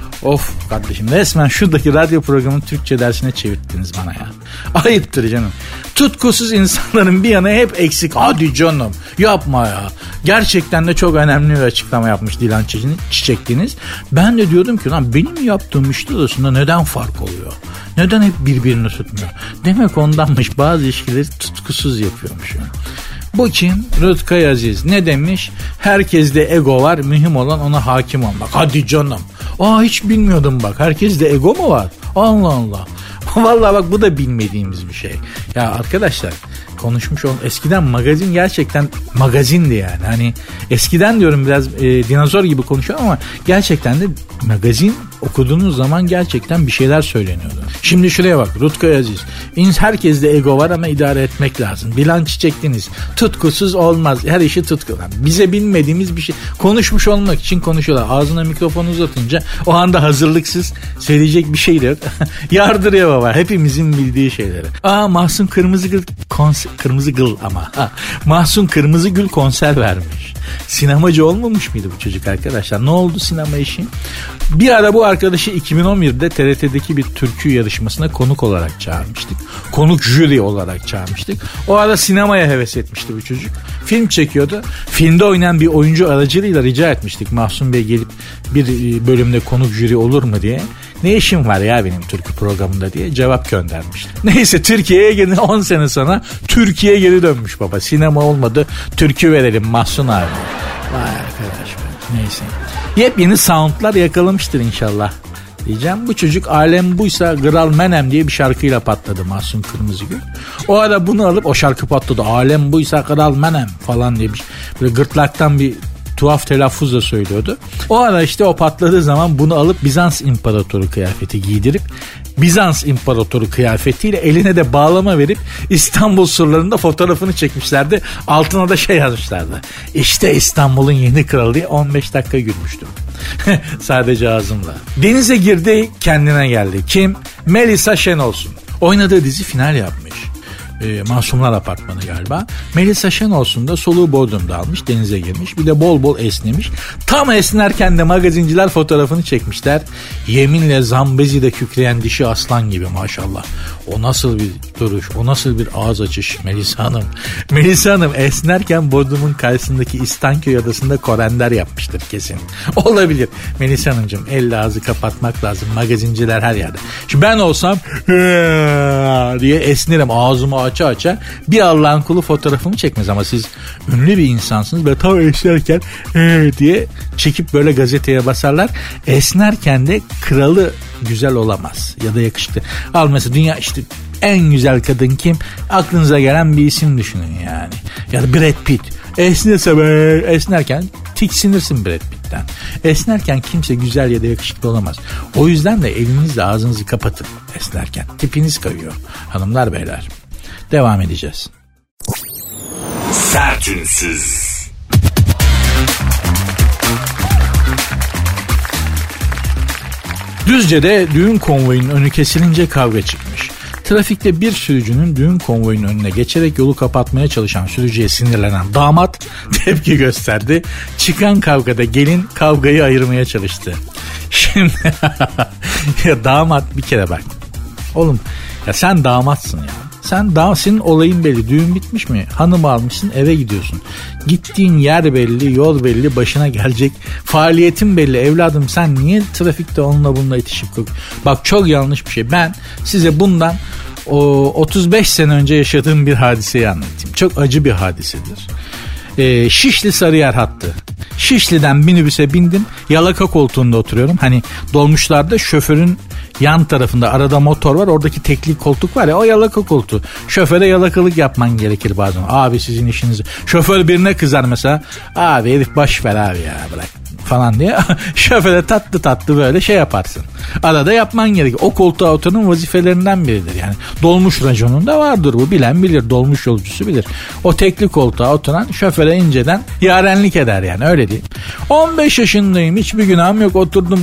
Of kardeşim, resmen şuradaki radyo programının Türkçe dersine çevirttiniz bana ya. Ayıptır canım. Tutkusuz insanların bir yanı hep eksik. Hadi canım yapma ya. Gerçekten de çok önemli bir açıklama yapmış Dilan Çiçek Deniz. Ben de diyordum ki lan benim yaptığım işte arasında neden fark oluyor? Neden hep birbirini tutmuyor? Demek ondanmış, bazı ilişkileri tutkusuz yapıyormuş yani. Bu kim? Rutkay Aziz. Ne demiş? Herkeste ego var, mühim olan ona hakim olmak. Hadi canım. Aa, hiç bilmiyordum bak. Herkeste ego mu var? Allah Allah. Vallahi bak, bu da bilmediğimiz bir şey. Ya arkadaşlar, konuşmuş olun. Eskiden magazin gerçekten magazindi yani. Hani eskiden diyorum, biraz e, dinozor gibi konuşuyorum ama gerçekten de magazin okuduğunuz zaman gerçekten bir şeyler söyleniyordu. Şimdi şuraya bak, Rutkay Aziz. Herkeste ego var ama idare etmek lazım. Dilan Çiçek Deniz. Tutkusuz olmaz. Her işi tutku. Bize bilmediğimiz bir şey. Konuşmuş olmak için konuşuyorlar. Ağzına mikrofonu uzatınca o anda hazırlıksız söyleyecek bir şey de yok. Yardırıyor baba. Hepimizin bildiği şeyleri. Aa, Mahsun Kırmızıgül konser, Kırmızıgül ama. Ha, Mahsun Kırmızıgül konser vermiş. Sinemacı olmamış mıydı bu çocuk arkadaşlar? Ne oldu sinema işi? Bir ara bu arkadaşı iki bin on birde T R T'deki bir türkü yarışmasına konuk olarak çağırmıştık. Konuk jüri olarak çağırmıştık. O ara sinemaya heves etmişti bu çocuk. Film çekiyordu. Filmde oynayan bir oyuncu aracılığıyla rica etmiştik. Mahsun Bey gelip bir bölümde konuk jüri olur mu diye. Ne işim var ya benim türkü programında diye cevap göndermişti. Neyse, Türkiye'ye geri on sene sonra Türkiye'ye geri dönmüş baba. Sinema olmadı, türkü verelim Mahsun abi. Vay arkadaş be. Neyse. Yepyeni soundlar yakalamıştır inşallah diyeceğim. Bu çocuk alem buysa Kral Menem diye bir şarkıyla patladı Mahsun Kırmızıgül. O ara bunu alıp, o şarkı patladı. Alem buysa Kral Menem falan diye bir böyle gırtlaktan bir tuhaf telaffuzla söylüyordu. O ara işte o patladığı zaman bunu alıp Bizans İmparatoru kıyafeti giydirip Bizans İmparatoru kıyafetiyle eline de bağlama verip İstanbul surlarında fotoğrafını çekmişlerdi. Altına da şey yazmışlardı. İşte İstanbul'un yeni kralı diye on beş dakika gülmüştüm. Sadece ağzımla. Denize girdi, kendine geldi. Kim? Melisa Şenolsun. Oynadığı dizi final yapmış. E, Masumlar Apartmanı galiba. Melisa Şenolsun da soluğu Bodrum'da almış, denize girmiş. Bir de bol bol esnemiş. Tam esnerken de magazinciler fotoğrafını çekmişler. Yeminle Zambezi'de kükreyen dişi aslan gibi maşallah. O nasıl bir duruş, o nasıl bir ağız açış Melisa Hanım. Melisa Hanım esnerken Bodrum'un karşısındaki İstanköy adasında korender yapmıştır kesin. Olabilir. Melisa Hanımcığım, elle ağzı kapatmak lazım. Magazinciler her yerde. Şimdi ben olsam diye esnerim, ağzımı aça aça, bir Allah'ın kulu fotoğrafımı çekmez ama siz ünlü bir insansınız ve tam esnerken diye çekip böyle gazeteye basarlar. Esnerken de kralı güzel olamaz ya da yakışıklı. Al mesela, dünya işte en güzel kadın kim? Aklınıza gelen bir isim düşünün yani. Ya da Brad Pitt. Esnerse be, esnerken tiksinirsin Brad Pitt'ten. Esnerken kimse güzel ya da yakışıklı olamaz. O yüzden de elinizle ağzınızı kapatın esnerken. Tipiniz kayıyor. Hanımlar beyler. Devam edeceğiz. Sertünsüz. Düzce'de düğün konvoyunun önü kesilince kavga çıkmış. Trafikte bir sürücünün düğün konvoyunun önüne geçerek yolu kapatmaya çalışan sürücüye sinirlenen damat tepki gösterdi. Çıkan kavgada gelin kavgayı ayırmaya çalıştı. Şimdi ya damat, bir kere bak. Oğlum ya, sen damatsın ya. Sen daha, senin olayın belli. Düğün bitmiş mi? Hanımı almışsın, eve gidiyorsun. Gittiğin yer belli, yol belli, başına gelecek faaliyetin belli. Evladım, sen niye trafikte onunla bununla itişip bak, çok yanlış bir şey. Ben size bundan o, otuz beş sene önce yaşadığım bir hadiseyi anlatayım. Çok acı bir hadisedir. Ee, Şişli Sarıyer hattı. Şişli'den minibüse bindim. Yalaka koltuğunda oturuyorum. Hani dolmuşlarda şoförün yan tarafında arada motor var. Oradaki tekli koltuk var ya, o yalaka koltuğu. Şoföre yalakalık yapman gerekir bazen. Abi sizin işiniz. Şoför birine kızar mesela. Abi herif boş ver abi ya, bırak. falan diye şoföre tatlı tatlı böyle şey yaparsın. Arada yapman gerekir. O koltuğa oturanın vazifelerinden biridir. Yani dolmuş raconunda vardır bu. Bilen bilir. Dolmuş yolcusu bilir. O tekli koltuğa oturan şoföre inceden yarenlik eder yani, öyle değil. on beş yaşındayım. Hiçbir günahım yok. Oturdum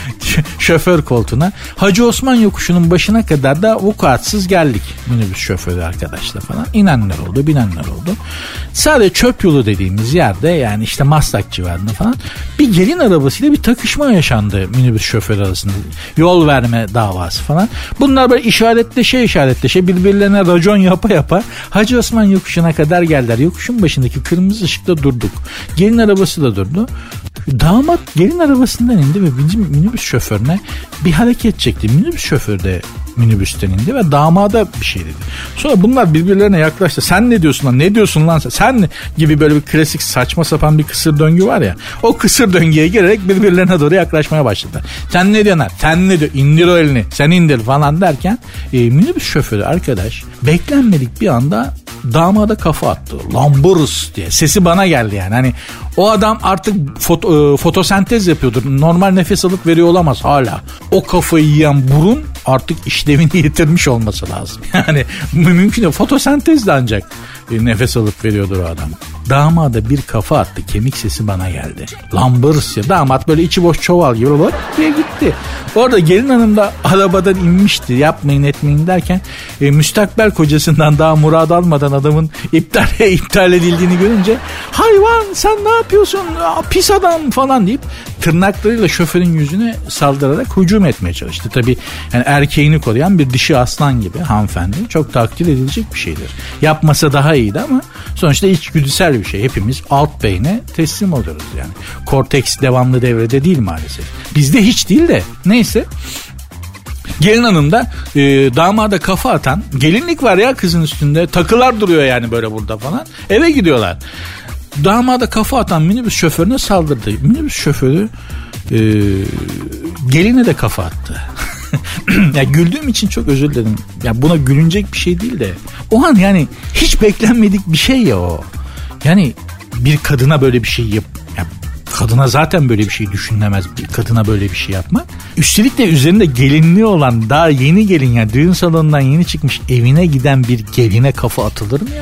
şoför koltuğuna. Hacı Osman yokuşunun başına kadar da vukuatsız geldik. Minibüs şoförü arkadaşla falan. İnenler oldu, binenler oldu. Sadece çöp yolu dediğimiz yerde, yani işte Maslak civarında falan, bir gelin arabasıyla bir takışma yaşandı minibüs şoförü arasında. Yol verme davası falan. Bunlar böyle işaretleşe işaretleşe birbirlerine racon yapa yapa Hacı Osman yokuşuna kadar geldiler. Yokuşun başındaki kırmızı ışıkta durduk. Gelin arabası da durdu. Damat gelin arabasından indi ve bizim minibüs şoförüne bir hareket çekti. Minibüs şoförü de minibüsten indi ve damada bir şey dedi. Sonra bunlar birbirlerine yaklaştı. Sen ne diyorsun lan? Ne diyorsun lan sen? Sen ne? Gibi böyle bir klasik saçma sapan bir kısır döngü var ya. O kısır döngüye girerek birbirlerine doğru yaklaşmaya başladılar. Sen ne diyorsun? Sen ne diyorsun? İndir o elini. Sen indir falan derken e, minibüs şoförü arkadaş beklenmedik bir anda damada kafa attı. Lamborus diye. Sesi bana geldi yani. Hani o adam artık foto, e, fotosentez yapıyordur. Normal nefes alıp veriyor olamaz hala. O kafayı yiyen burun artık işlevini yitirmiş olması lazım. Yani mümkün değil. Fotosentezle ancak e, nefes alıp veriyordur o adam. Damada bir kafa attı. Kemik sesi bana geldi. Lamborus ya. Damat böyle içi boş çuval gibi bak diye gitti. Orada gelin hanım da arabadan inmişti. Yapmayın etmeyin derken e, müstakbel kocasından daha murad almadan adamın iptal, iptal edildiğini görünce hayvan sen ne yapıyorsun pis adam falan deyip tırnaklarıyla şoförün yüzüne saldırarak hücum etmeye çalıştı. Tabii yani erkeğini koruyan bir dişi aslan gibi hanımefendi. Çok takdir edilecek bir şeydir. Yapmasa daha iyiydi ama sonuçta içgüdüsel bir şey. Hepimiz alt beyne teslim oluyoruz yani. Korteks devamlı devrede değil maalesef. Bizde hiç değil de neyse. Gelin hanım da e, damada kafa atan, gelinlik var ya kızın üstünde, takılar duruyor yani böyle burada falan, eve gidiyorlar. Damada kafa atan minibüs şoförüne saldırdı. Minibüs şoförü e, geline de kafa attı. Ya güldüğüm için çok özür dilerim. Ya buna gülünecek bir şey değil de o an yani hiç beklenmedik bir şey ya o. Yani bir kadına böyle bir şey yap. Ya kadına zaten böyle bir şey düşünülemez. Bir kadına böyle bir şey yapmak. Üstelik de üzerinde gelinliği olan, daha yeni gelin, yani düğün salonundan yeni çıkmış evine giden bir geline kafa atılır mı ya?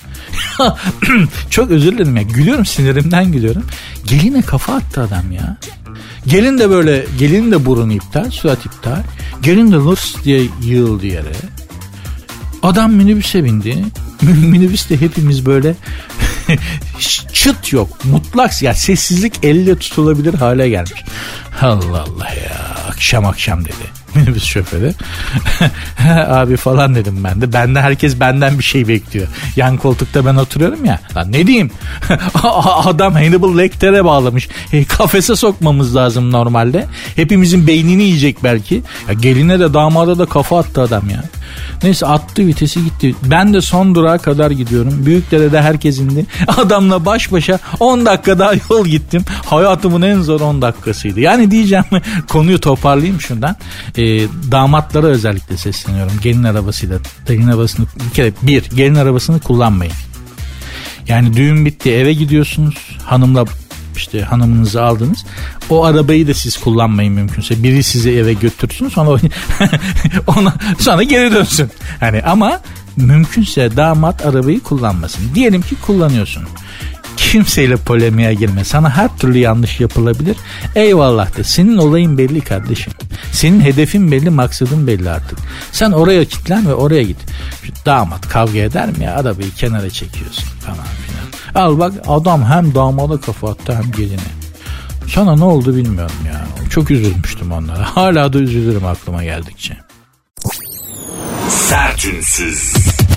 Çok özür dilerim ya. Gülüyorum, sinirimden gülüyorum. Geline kafa attı adam ya. Gelin de böyle, gelin de burun iptal, surat iptal. Gelin de lırs diye yığıldı yere. Adam minibüse bindi. Minibüste hepimiz böyle çıt yok. Mutlak ya, sessizlik elle tutulabilir hale gelmiş. Allah Allah ya. Akşam akşam dedi minibüs şoförü. Abi falan dedim ben de. Bende herkes benden bir şey bekliyor. Yan koltukta ben oturuyorum ya. Lan ne diyeyim? Adam Hannibal Lecter'e bağlamış. E, kafese sokmamız lazım normalde. Hepimizin beynini yiyecek belki. Ya, geline de damada da kafa attı adam ya. Neyse attı, vitesi gitti. Ben de son durağa kadar gidiyorum. Büyükdere'de herkes indi. Adamla baş başa on dakika daha yol gittim. Hayatımın en zor on dakikasıydı. Yani diyeceğim, konuyu toparlayayım şundan. E, damatlara özellikle sesleniyorum. Gelin arabasıyla, gelin arabasını bir kere bir, gelin arabasını kullanmayın. Yani düğün bitti, eve gidiyorsunuz. Hanımla işte hanımınızı aldınız. O arabayı da siz kullanmayın mümkünse. Biri sizi eve götürsün, sonra ona sonra geri dönsün. Hani ama mümkünse damat arabayı kullanmasın. Diyelim ki kullanıyorsun. Kimseyle polemiğe girme. Sana her türlü yanlış yapılabilir. Eyvallah de. Senin olayın belli kardeşim. Senin hedefin belli, maksadın belli artık. Sen oraya kilitlen ve oraya git. Şu damat kavga eder mi ya? Arabayı kenara çekiyorsun falan filan. Al bak, adam hem damada kafa attı hem geline. Sana ne oldu bilmiyorum ya. Çok üzülmüştüm onlara. Hala da üzülürüm aklıma geldikçe. Sertünsüz.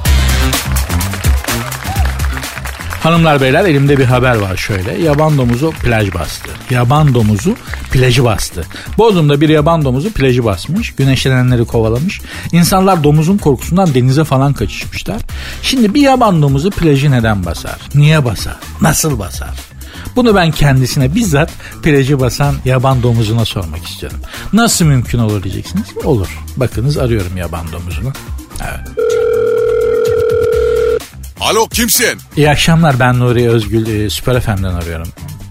Hanımlar beyler, elimde bir haber var şöyle. Yaban domuzu plaj bastı. Yaban domuzu plajı bastı. Bodrum'da bir yaban domuzu plajı basmış. Güneşlenenleri kovalamış. İnsanlar domuzun korkusundan denize falan kaçışmışlar. Şimdi bir yaban domuzu plajı neden basar? Niye basar? Nasıl basar? Bunu ben kendisine bizzat plajı basan yaban domuzuna sormak istiyorum. Nasıl mümkün olur diyeceksiniz. Olur. Bakınız, arıyorum yaban domuzunu. Evet. Alo, kimsin? İyi akşamlar, ben Nuri Özgül, e, Süper F M'den arıyorum.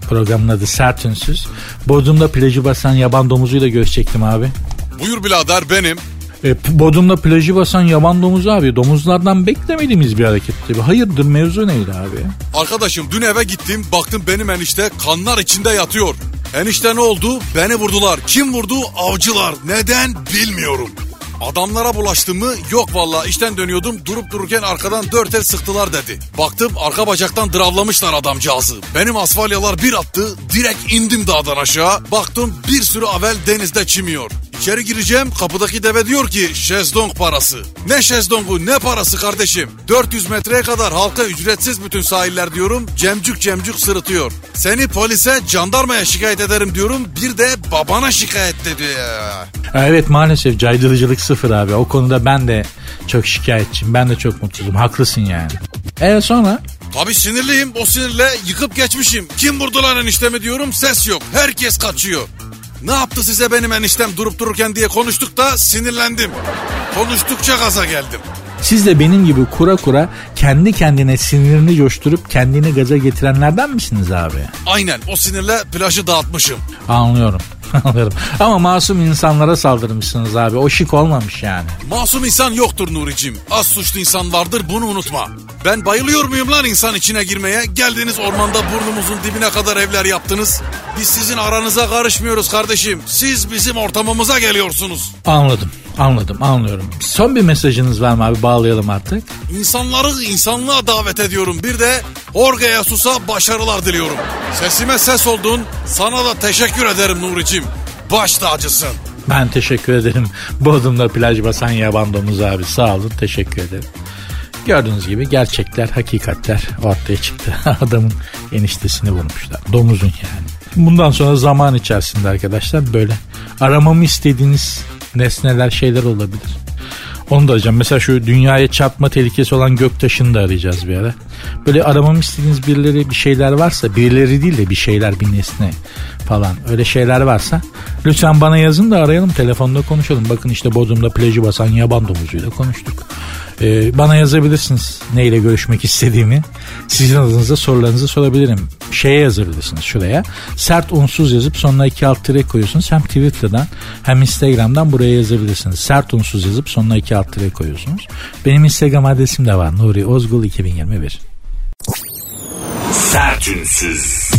Programın adı Sert Ünsüz. Bodrum'da plajı basan yaban domuzuyla görüşecektim abi. Buyur birader, benim. E, Bodrum'da plajı basan yaban domuzu abi. Domuzlardan beklemediğimiz bir hareketti. Hayırdır, mevzu neydi abi? Arkadaşım dün eve gittim, baktım benim enişte kanlar içinde yatıyor. Enişte ne oldu? Beni vurdular. Kim vurdu? Avcılar. Neden? Bilmiyorum. Adamlara bulaştım mı? Yok vallahi, işten dönüyordum, durup dururken arkadan dört el sıktılar dedi. Baktım arka bacaktan dravlamışlar adamcağızı. Benim asfalyalar bir attı, direkt indim dağdan aşağı. Baktım bir sürü avel denizde çimiyor. İçeri gireceğim, kapıdaki deve diyor ki şezlong parası. Ne şezlongu, ne parası kardeşim? dört yüz metreye kadar halka ücretsiz bütün sahiller diyorum, cemcük cemcük sırıtıyor. Seni polise, jandarmaya şikayet ederim diyorum, bir de babana şikayet dedi ya. Evet, maalesef caydırıcılık sıfır abi. O konuda ben de çok şikayetçiyim. Ben de çok mutsuzum. Haklısın yani. E sonra? Tabii sinirliyim. O sinirle yıkıp geçmişim. Kim vurdu lan eniştemi diyorum, ses yok. Herkes kaçıyor. Ne yaptı size benim eniştem durup dururken diye konuştuk da sinirlendim. Konuştukça gaza geldim. Siz de benim gibi kura kura kendi kendine sinirini coşturup kendini gaza getirenlerden misiniz abi? Aynen, o sinirle plajı dağıtmışım. Anlıyorum. Anlıyorum. Ama masum insanlara saldırmışsınız abi. O şık olmamış yani. Masum insan yoktur Nuri'cim. Az suçlu insan vardır, bunu unutma. Ben bayılıyor muyum lan insan içine girmeye? Geldiniz ormanda burnumuzun dibine kadar evler yaptınız. Biz sizin aranıza karışmıyoruz kardeşim. Siz bizim ortamımıza geliyorsunuz. Anladım. Anladım, anlıyorum. Son bir mesajınız var mı abi? Bağlayalım artık. İnsanları insanlığa davet ediyorum. Bir de Jorge Jesus'a başarılar diliyorum. Sesime ses oldun. Sana da teşekkür ederim Nuri'cim. Baş tacısın. Ben teşekkür ederim. Bodrum'da plaj basan yaban domuz abi. Sağ olun, teşekkür ederim. Gördüğünüz gibi gerçekler, hakikatler ortaya çıktı. Adamın eniştesini bulmuşlar. Domuzun yani. Bundan sonra zaman içerisinde arkadaşlar böyle aramamı istediğiniz nesneler, şeyler olabilir. Onu da arayacağım. Mesela şu dünyaya çarpma tehlikesi olan göktaşını da arayacağız bir ara. Böyle aramamı istediğiniz birileri, bir şeyler varsa, birileri değil de bir şeyler, bir nesne falan, öyle şeyler varsa lütfen bana yazın da arayalım, telefonda konuşalım. Bakın işte Bodrum'da plajı basan yaban domuzuyla konuştuk. Ee, bana yazabilirsiniz neyle görüşmek istediğimi. Sizin adınıza sorularınızı sorabilirim. Şeye yazabilirsiniz, şuraya. Sert unsuz yazıp sonuna iki alt tire koyuyorsunuz. Hem Twitter'dan hem Instagram'dan buraya yazabilirsiniz. Sert unsuz yazıp sonuna iki alt tire koyuyorsunuz. Benim Instagram adresim de var. Nuri Ozgul iki bin yirmi bir. Sert Ünsüz.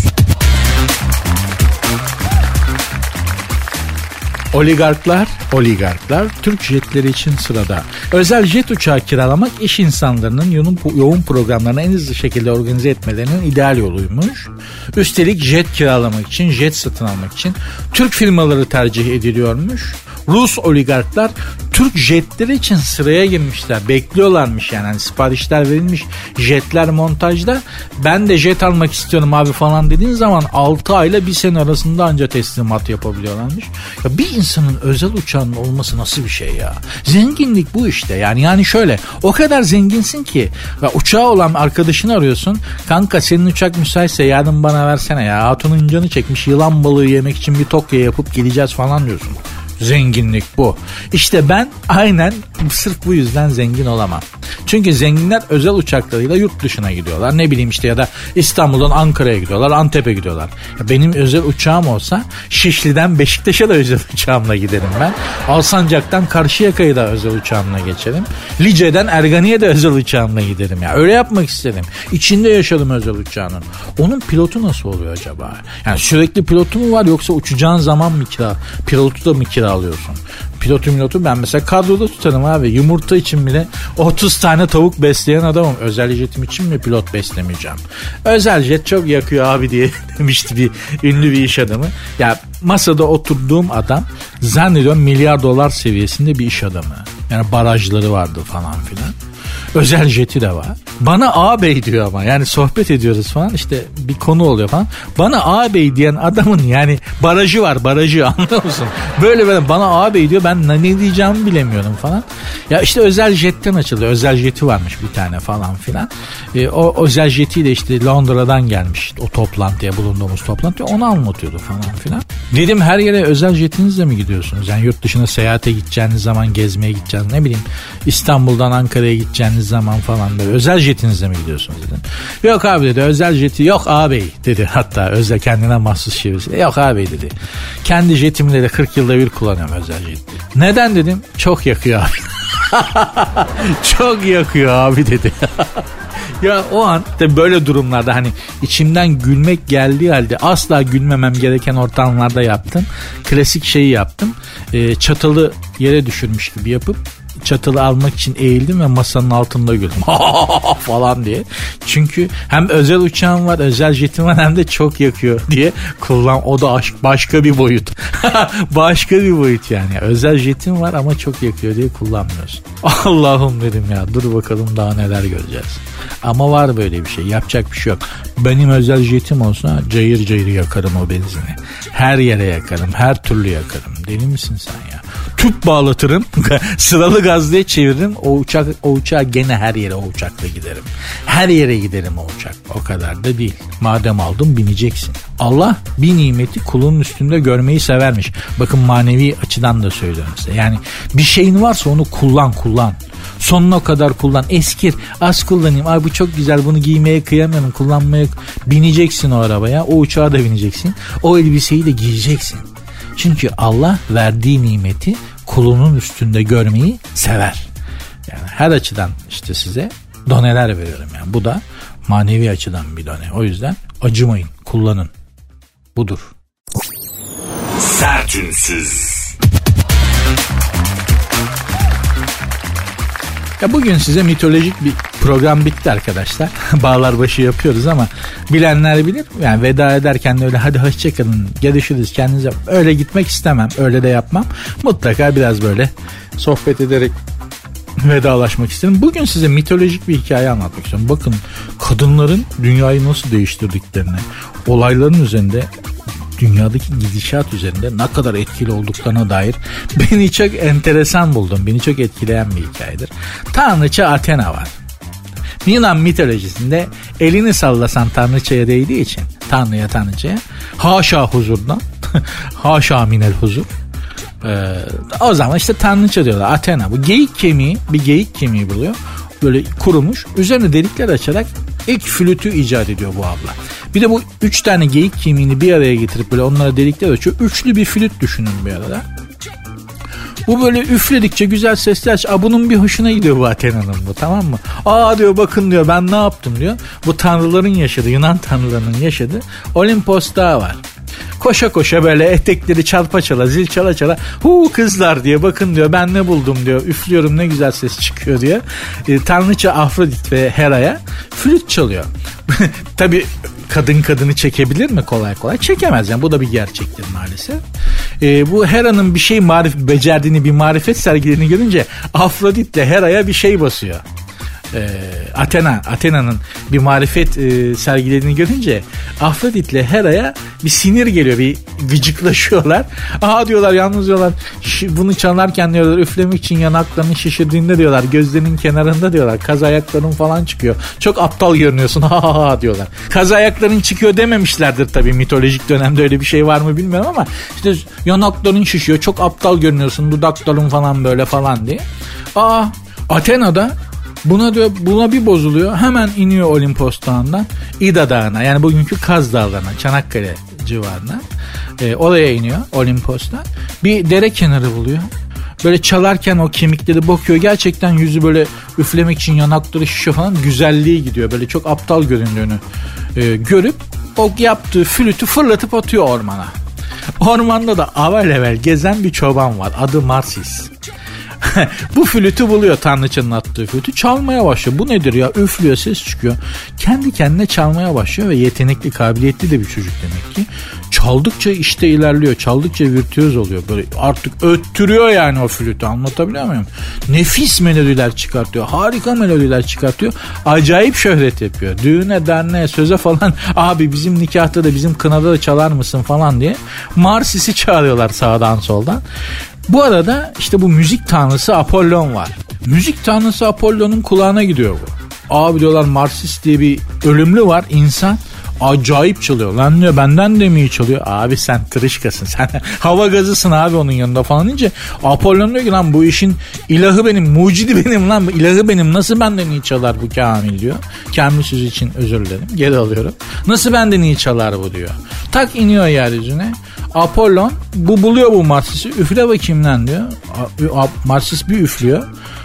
Oligarklar, oligarklar Türk jetleri için sırada. Özel jet uçağı kiralamak iş insanlarının yoğun, yoğun programlarını en hızlı şekilde organize etmelerinin ideal yoluymuş. Üstelik jet kiralamak için, jet satın almak için Türk firmaları tercih ediliyormuş. Rus oligarklar Türk jetleri için sıraya girmişler. Bekliyorlarmış yani. yani siparişler verilmiş. Jetler montajda. Ben de jet almak istiyorum abi falan dediğin zaman altı ayla bir sene arasında anca teslimat yapabiliyorlarmış. Ya bir insanın özel uçağının olması nasıl bir şey ya? Zenginlik bu işte. Yani yani şöyle, o kadar zenginsin ki ya uçağı olan arkadaşını arıyorsun. Kanka senin uçak müsaitse yarın bana versene ya. Hatunun canı çekmiş, yılan balığı yemek için bir Tokyo yapıp gideceğiz falan diyorsun. Zenginlik bu. İşte ben aynen sırf bu yüzden zengin olamam. Çünkü zenginler özel uçaklarıyla yurt dışına gidiyorlar. Ne bileyim işte, ya da İstanbul'dan Ankara'ya gidiyorlar, Antep'e gidiyorlar. Benim özel uçağım olsa Şişli'den Beşiktaş'a da özel uçağımla giderim ben. Alsancak'tan Karşıyaka'ya da özel uçağımla geçerim. Lice'den Ergani'ye de özel uçağımla giderim ya. Öyle yapmak istedim. İçinde yaşadım özel uçağının. Onun pilotu nasıl oluyor acaba? Yani sürekli pilotu mu var, yoksa uçacağın zaman mı kira? Pilotu da mı kira alıyorsun? Pilotu pilotu ben mesela kadroda tutarım abi. Yumurta için bile otuz tane tavuk besleyen adamım. Özel jetim için mi pilot beslemeyeceğim? Özel jet çok yakıyor abi diye demişti bir ünlü bir iş adamı. Ya masada oturduğum adam zannediyorum milyar dolar seviyesinde bir iş adamı. Yani barajları vardı falan filan. Özel jeti de var. Bana ağabey diyor ama. Yani sohbet ediyoruz falan. İşte bir konu oluyor falan. Bana ağabey diyen adamın yani barajı var, barajı, anlıyor musun? Böyle böyle bana ağabey diyor. Ben ne diyeceğimi bilemiyorum falan. Ya işte özel jetten açıldı. Özel jeti varmış bir tane falan filan. E, o özel jetiyle işte Londra'dan gelmiş o toplantıya, bulunduğumuz toplantıya. Onu anlatıyordu falan filan. Dedim her yere özel jetinizle mi gidiyorsunuz? Yani yurt dışına seyahate gideceğiniz zaman, gezmeye gideceğiniz, ne bileyim İstanbul'dan Ankara'ya gideceğiniz zaman falan böyle. Özel jetinizle mi gidiyorsunuz dedim. Yok abi dedi, özel jeti yok ağabey dedi, hatta özel kendine mahsus şivesi. Yok ağabey dedi, kendi jetimi de kırk yılda bir kullanıyorum özel jeti. Neden dedim, çok yakıyor abi. Çok yakıyor abi dedi. Ya o an de böyle durumlarda hani içimden gülmek geldiği halde asla gülmemem gereken ortamlarda yaptım. Klasik şeyi yaptım. E, çatalı yere düşürmüş gibi yapıp çatalı almak için eğildim ve masanın altında güldüm falan diye. Çünkü hem özel uçağım var, özel jetim var, hem de çok yakıyor diye kullan. O da aşk, başka bir boyut. Başka bir boyut yani. Özel jetim var ama çok yakıyor diye kullanmıyorsun. Allah'ım dedim ya, dur bakalım daha neler göreceğiz. Ama var böyle bir şey, yapacak bir şey yok. Benim özel jetim olsa cayır cayır yakarım o benzini. Her yere yakarım, her türlü yakarım. Deli misin sen ya? Tüp bağlatırım, sıralı gaz diye çeviririm. O uçak, o uçağa gene her yere o uçakla giderim. Her yere giderim o uçak. O kadar da değil. Madem aldın bineceksin. Allah bir nimeti kulunun üstünde görmeyi severmiş. Bakın manevi açıdan da söylüyorum size. Yani bir şeyin varsa onu kullan kullan. Sonuna kadar kullan. Eskir. Az kullanayım. Ay bu çok güzel. Bunu giymeye kıyamıyorum. Kullanmaya. Bineceksin o arabaya. O uçağa da bineceksin. O elbiseyi de giyeceksin. Çünkü Allah verdiği nimeti kulunun üstünde görmeyi sever. Yani her açıdan işte size doneler veriyorum. Yani bu da manevi açıdan bir done. O yüzden acımayın. Kullanın. Budur. Sertünsüz. Ya bugün size mitolojik bir program bitti arkadaşlar. Bağlarbaşı yapıyoruz ama bilenler bilir. Yani veda ederken de öyle hadi hoşçakalın, görüşürüz, kendinize. Öyle gitmek istemem. Öyle de yapmam. Mutlaka biraz böyle sohbet ederek vedalaşmak isterim. Bugün size mitolojik bir hikaye anlatmak istiyorum. Bakın kadınların dünyayı nasıl değiştirdiklerini, olayların üzerinde, dünyadaki gidişat üzerinde ne kadar etkili olduklarına dair beni çok enteresan buldum. Beni çok etkileyen bir hikayedir. Tanrıça Athena var. Yunan mitolojisinde elini sallasan tanrıçaya değdiği için, tanrıya tanrıçaya, haşa huzurdan, haşa minel huzur. Ee, o zaman işte tanrıça diyorlar. Athena, bu geyik kemiği, bir geyik kemiği buluyor. Böyle kurumuş. Üzerine delikler açarak ilk flütü icat ediyor bu abla. Bir de bu üç tane geyik kemiğini bir araya getirip böyle onlara delikler açıyor. Üçlü bir flüt düşünün bir arada. Bu böyle üfledikçe güzel sesler çıkıyor. Bunun bir hoşuna gidiyor bu Athena'nın bu, tamam mı? Aa diyor, bakın diyor ben ne yaptım diyor. Bu tanrıların yaşadığı, Yunan tanrılarının yaşadığı Olimpos Dağı var. Koşa koşa böyle etekleri çarpa çala, zil çala çala, hu kızlar diye bakın diyor ben ne buldum diyor, üflüyorum ne güzel ses çıkıyor diyor. E, tanrıça Afrodit ve Hera'ya flüt çalıyor. Tabii kadın kadını çekebilir mi kolay kolay? Çekemez yani, bu da bir gerçektir maalesef. E, bu Hera'nın bir şey marif becerdiğini, bir marifet sergilediğini görünce Afrodit de Hera'ya bir şey basıyor. Ee, Athena, Athena'nın bir marifet e, sergilediğini görünce Afrodit'le Hera'ya bir sinir geliyor, bir gıcıklaşıyorlar. Aha diyorlar, yalnız diyorlar bunu çalarken diyorlar üflemek için yanaklarını şişirdiğinde diyorlar gözlerinin kenarında diyorlar kaz ayakların falan çıkıyor. Çok aptal görünüyorsun ha ha ha diyorlar. Kaz ayakların çıkıyor dememişlerdir tabii, mitolojik dönemde öyle bir şey var mı bilmiyorum ama işte yanakların şişiyor, çok aptal görünüyorsun, dudakların falan böyle falan diye. Aa, Athena'da Buna diyor, buna bir bozuluyor. Hemen iniyor Olimpos Dağı'ndan İda Dağı'na, yani bugünkü Kaz Dağları'na, Çanakkale civarına. E, oraya iniyor Olimpos'ta. Bir dere kenarı buluyor. Böyle çalarken o kemikleri bakıyor. Gerçekten yüzü böyle üflemek için yanakları şişiyor falan. Güzelliği gidiyor. Böyle çok aptal göründüğünü e, görüp o yaptığı flütü fırlatıp atıyor ormana. Ormanda da avel evvel gezen bir çoban var. Adı Marsis. Bu flütü buluyor, tanrıçanın attığı flütü, çalmaya başlıyor. Bu nedir ya? Üflüyor, ses çıkıyor. Kendi kendine çalmaya başlıyor ve yetenekli, kabiliyetli de bir çocuk demek ki. Çaldıkça işte ilerliyor. Çaldıkça virtüöz oluyor. Böyle artık öttürüyor yani o flütü, anlatabiliyor muyum? Nefis melodiler çıkartıyor. Harika melodiler çıkartıyor. Acayip şöhret yapıyor. Düğüne, derneğe, söze falan abi bizim nikahta da bizim kınada da çalar mısın falan diye Marsis'i çağırıyorlar sağdan soldan. Bu arada işte bu müzik tanrısı Apollon var. Müzik tanrısı Apollon'un kulağına gidiyor bu. Abi diyorlar Marsis diye bir ölümlü var insan. Acayip çalıyor. Lan diyor benden de mi iyi çalıyor? Abi sen tırışkasın. Sen hava gazısın abi onun yanında falan deyince Apollon diyor ki lan bu işin ilahı benim, mucidi benim lan. İlahı benim. Nasıl benden iyi çalar bu Kamil diyor. Kamil sözü için özür dilerim. Geri alıyorum. Nasıl benden iyi çalar bu diyor. Tak iniyor yeryüzüne. Apollon bu buluyor bu Marsis'i. Üfle bakayım lan diyor. Marsis bir üflüyor.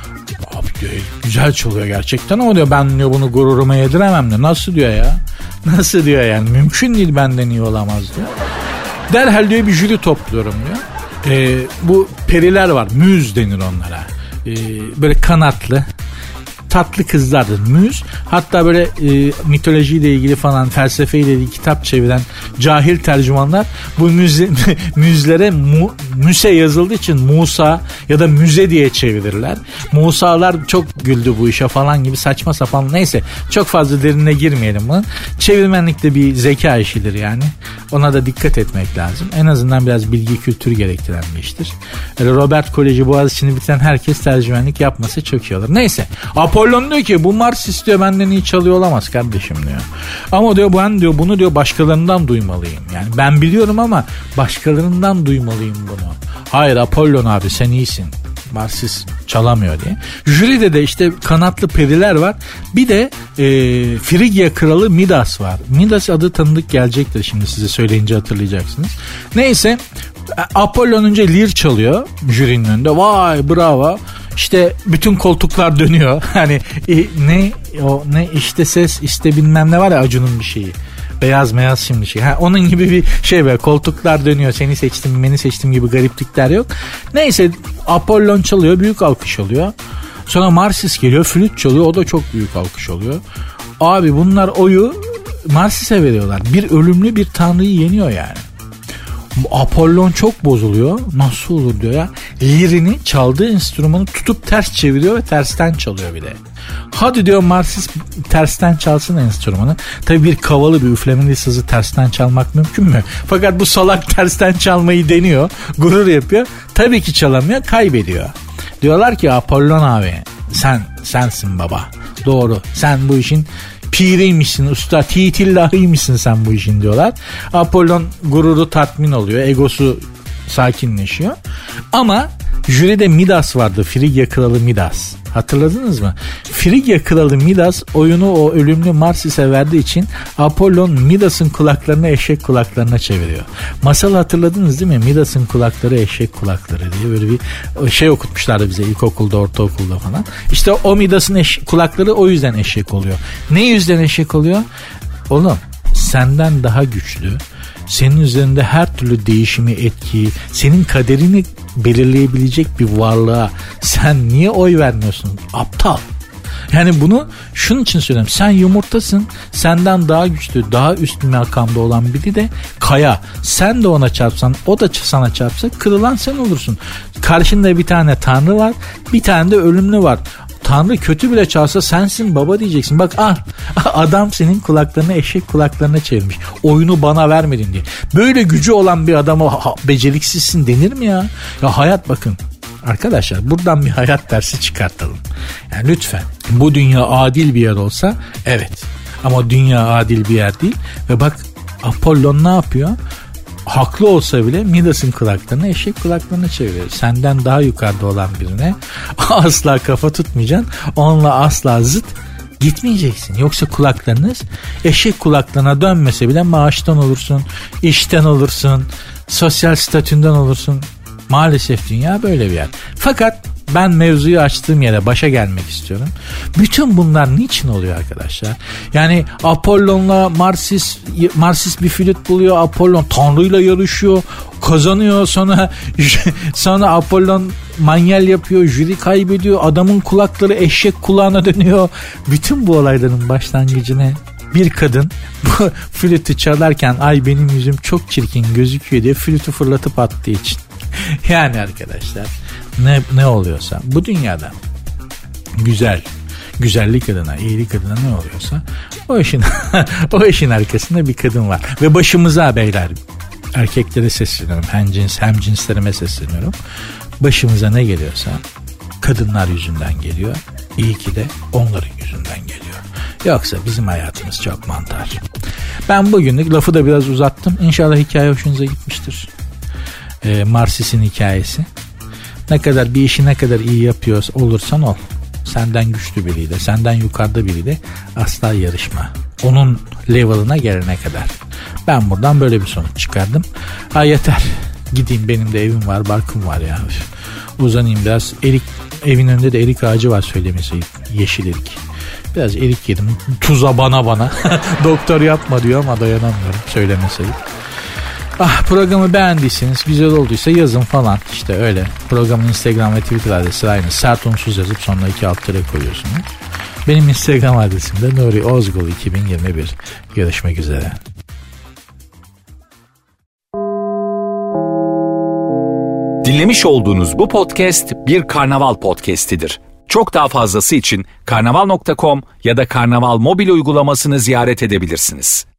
Abi diyor güzel çalıyor gerçekten ama diyor ben diyor bunu gururuma yediremem diyor. Nasıl diyor ya? Nasıl diyor yani? Mümkün değil benden iyi olamaz diyor. Derhal diyor bir jüri topluyorum diyor. Ee, bu periler var. Müz denir onlara. Ee, böyle kanatlı. Tatlı kızlardır müz. Hatta böyle e, mitolojiyle ilgili falan felsefeyle ilgili kitap çeviren cahil tercümanlar bu müze, müzlere mu, müse yazıldığı için Musa ya da müze diye çevirirler. Musalar çok güldü bu işe falan gibi saçma sapan, neyse çok fazla derinine girmeyelim bunu. Çevirmenlik de bir zeka işidir yani. Ona da dikkat etmek lazım. En azından biraz bilgi kültürü gerektiren bir iştir. Yani Robert Koleji Boğaziçi'ni bitiren herkes tercümanlık yapması çok iyi olur. Neyse. Apollon diyor ki bu Marsis diyor benden iyi çalıyor olamaz kardeşim diyor. Ama diyor ben diyor bunu diyor başkalarından duymalıyım. Yani ben biliyorum ama başkalarından duymalıyım bunu. Hayır Apollon abi sen iyisin. Marsis çalamıyor diye. Jüride de işte kanatlı periler var. Bir de e, Frigya kralı Midas var. Midas adı tanıdık gelecektir şimdi size söyleyince hatırlayacaksınız. Neyse Apollon önce lir çalıyor jürinin önünde. Vay bravo. İşte bütün koltuklar dönüyor. Hani e, ne o ne işte ses işte bilmem ne var ya Acun'un bir şeyi. Beyaz meyaz şimdi şey. Ha, onun gibi bir şey böyle koltuklar dönüyor. Seni seçtim beni seçtim gibi gariplikler yok. Neyse Apollon çalıyor. Büyük alkış alıyor. Sonra Marsis geliyor. Flüt çalıyor. O da çok büyük alkış alıyor. Abi bunlar oyu Marsis'e veriyorlar. Bir ölümlü bir tanrıyı yeniyor yani. Apollon çok bozuluyor. Nasıl olur diyor ya. Lirini çaldığı enstrümanı tutup ters çeviriyor ve tersten çalıyor bir de. Hadi diyor Marsis tersten çalsın enstrümanı. Tabii bir kavalı bir üflemeli sazı tersten çalmak mümkün mü? Fakat bu salak tersten çalmayı deniyor. Gurur yapıyor. Tabii ki çalamıyor. Kaybediyor. Diyorlar ki Apollon abi sen sensin baba. Doğru. Sen bu işin piriymişsin usta, titillahıymışsın sen bu işin diyorlar. Apollon gururu tatmin oluyor. Egosu sakinleşiyor. Ama jüride Midas vardı. Frigya kralı Midas. Hatırladınız mı? Frigya kralı Midas oyunu o ölümlü Marsis'e verdiği için Apollon Midas'ın kulaklarını eşek kulaklarına çeviriyor. Masalı hatırladınız değil mi? Midas'ın kulakları eşek kulakları diye böyle bir şey okutmuşlardı bize ilkokulda, ortaokulda falan. İşte o Midas'ın eş- kulakları o yüzden eşek oluyor. Ne yüzden eşek oluyor? Oğlum senden daha güçlü, senin üzerinde her türlü değişimi, etkiyi, senin kaderini belirleyebilecek bir varlığa sen niye oy vermiyorsun? Aptal. Yani bunu şunun için söylüyorum. Sen yumurtasın. Senden daha güçlü, daha üst makamda olan biri de kaya. Sen de ona çarpsan, o da sana çarpsa kırılan sen olursun. Karşında bir tane tanrı var, bir tane de ölümlü var. Tanrı kötü bile çalsa sensin baba diyeceksin. Bak ah adam senin kulaklarını eşek kulaklarına çevirmiş. Oyunu bana vermedin diye. Böyle gücü olan bir adama ha, beceriksizsin denir mi ya? Ya hayat bakın. Arkadaşlar buradan bir hayat dersi çıkartalım. Yani lütfen bu dünya adil bir yer olsa evet. Ama dünya adil bir yer değil. Ve bak Apollon ne yapıyor? Haklı olsa bile Midas'ın kulaklarını eşek kulaklarına çeviriyor. Senden daha yukarıda olan birine asla kafa tutmayacaksın. Onunla asla zıt gitmeyeceksin. Yoksa kulaklarınız eşek kulaklarına dönmese bile maaştan olursun, işten olursun, sosyal statünden olursun. Maalesef dünya böyle bir yer. Fakat ben mevzuyu açtığım yere başa gelmek istiyorum. Bütün bunlar niçin oluyor arkadaşlar? Yani Apollon'la Marsis, Marsis bir flüt buluyor. Apollon Tanrı'yla yarışıyor. Kazanıyor. Sonra sonra Apollon manyel yapıyor. Jüri kaybediyor. Adamın kulakları eşek kulağına dönüyor. Bütün bu olayların başlangıcı ne? Bir kadın bu flütü çalarken ay benim yüzüm çok çirkin gözüküyor diye flütü fırlatıp attığı için. Yani arkadaşlar ne ne oluyorsa bu dünyada güzel, güzellik adına, iyilik adına ne oluyorsa o işin o işin arkasında bir kadın var. Ve başımıza beyler, erkeklere sesleniyorum, hem cins hem cinslerime sesleniyorum. Başımıza ne geliyorsa kadınlar yüzünden geliyor. İyi ki de onların yüzünden geliyor. Yoksa bizim hayatımız çok mantar. Ben bugünlük lafı da biraz uzattım. İnşallah hikaye hoşunuza gitmiştir. Ee, Marsis'in hikayesi. Ne kadar bir işi ne kadar iyi yapıyor olursan ol. Senden güçlü biriyle, senden yukarıda biriyle asla yarışma. Onun level'ına gelene kadar. Ben buradan böyle bir sonuç çıkardım. Ha yeter. Gideyim, benim de evim var, barkım var ya. Uzanayım biraz. Erik, evin önünde de erik ağacı var, söylemesi. Yeşil erik. Biraz erik yedim. Tuza bana bana. Doktor yapma diyor ama dayanamıyorum söylemesi. Ah, programı beğendiyseniz, güzel olduysa yazın falan. İşte öyle. Programın Instagram ve Twitter adresi aynı. Sert unsuz yazıp sonuna iki alt tere koyuyorsunuz. Benim Instagram adresim de Nuri Ozgul iki bin yirmi bir. Görüşmek üzere. Dinlemiş olduğunuz bu podcast bir Karnaval podcastidir. Çok daha fazlası için karnaval nokta com ya da Karnaval mobil uygulamasını ziyaret edebilirsiniz.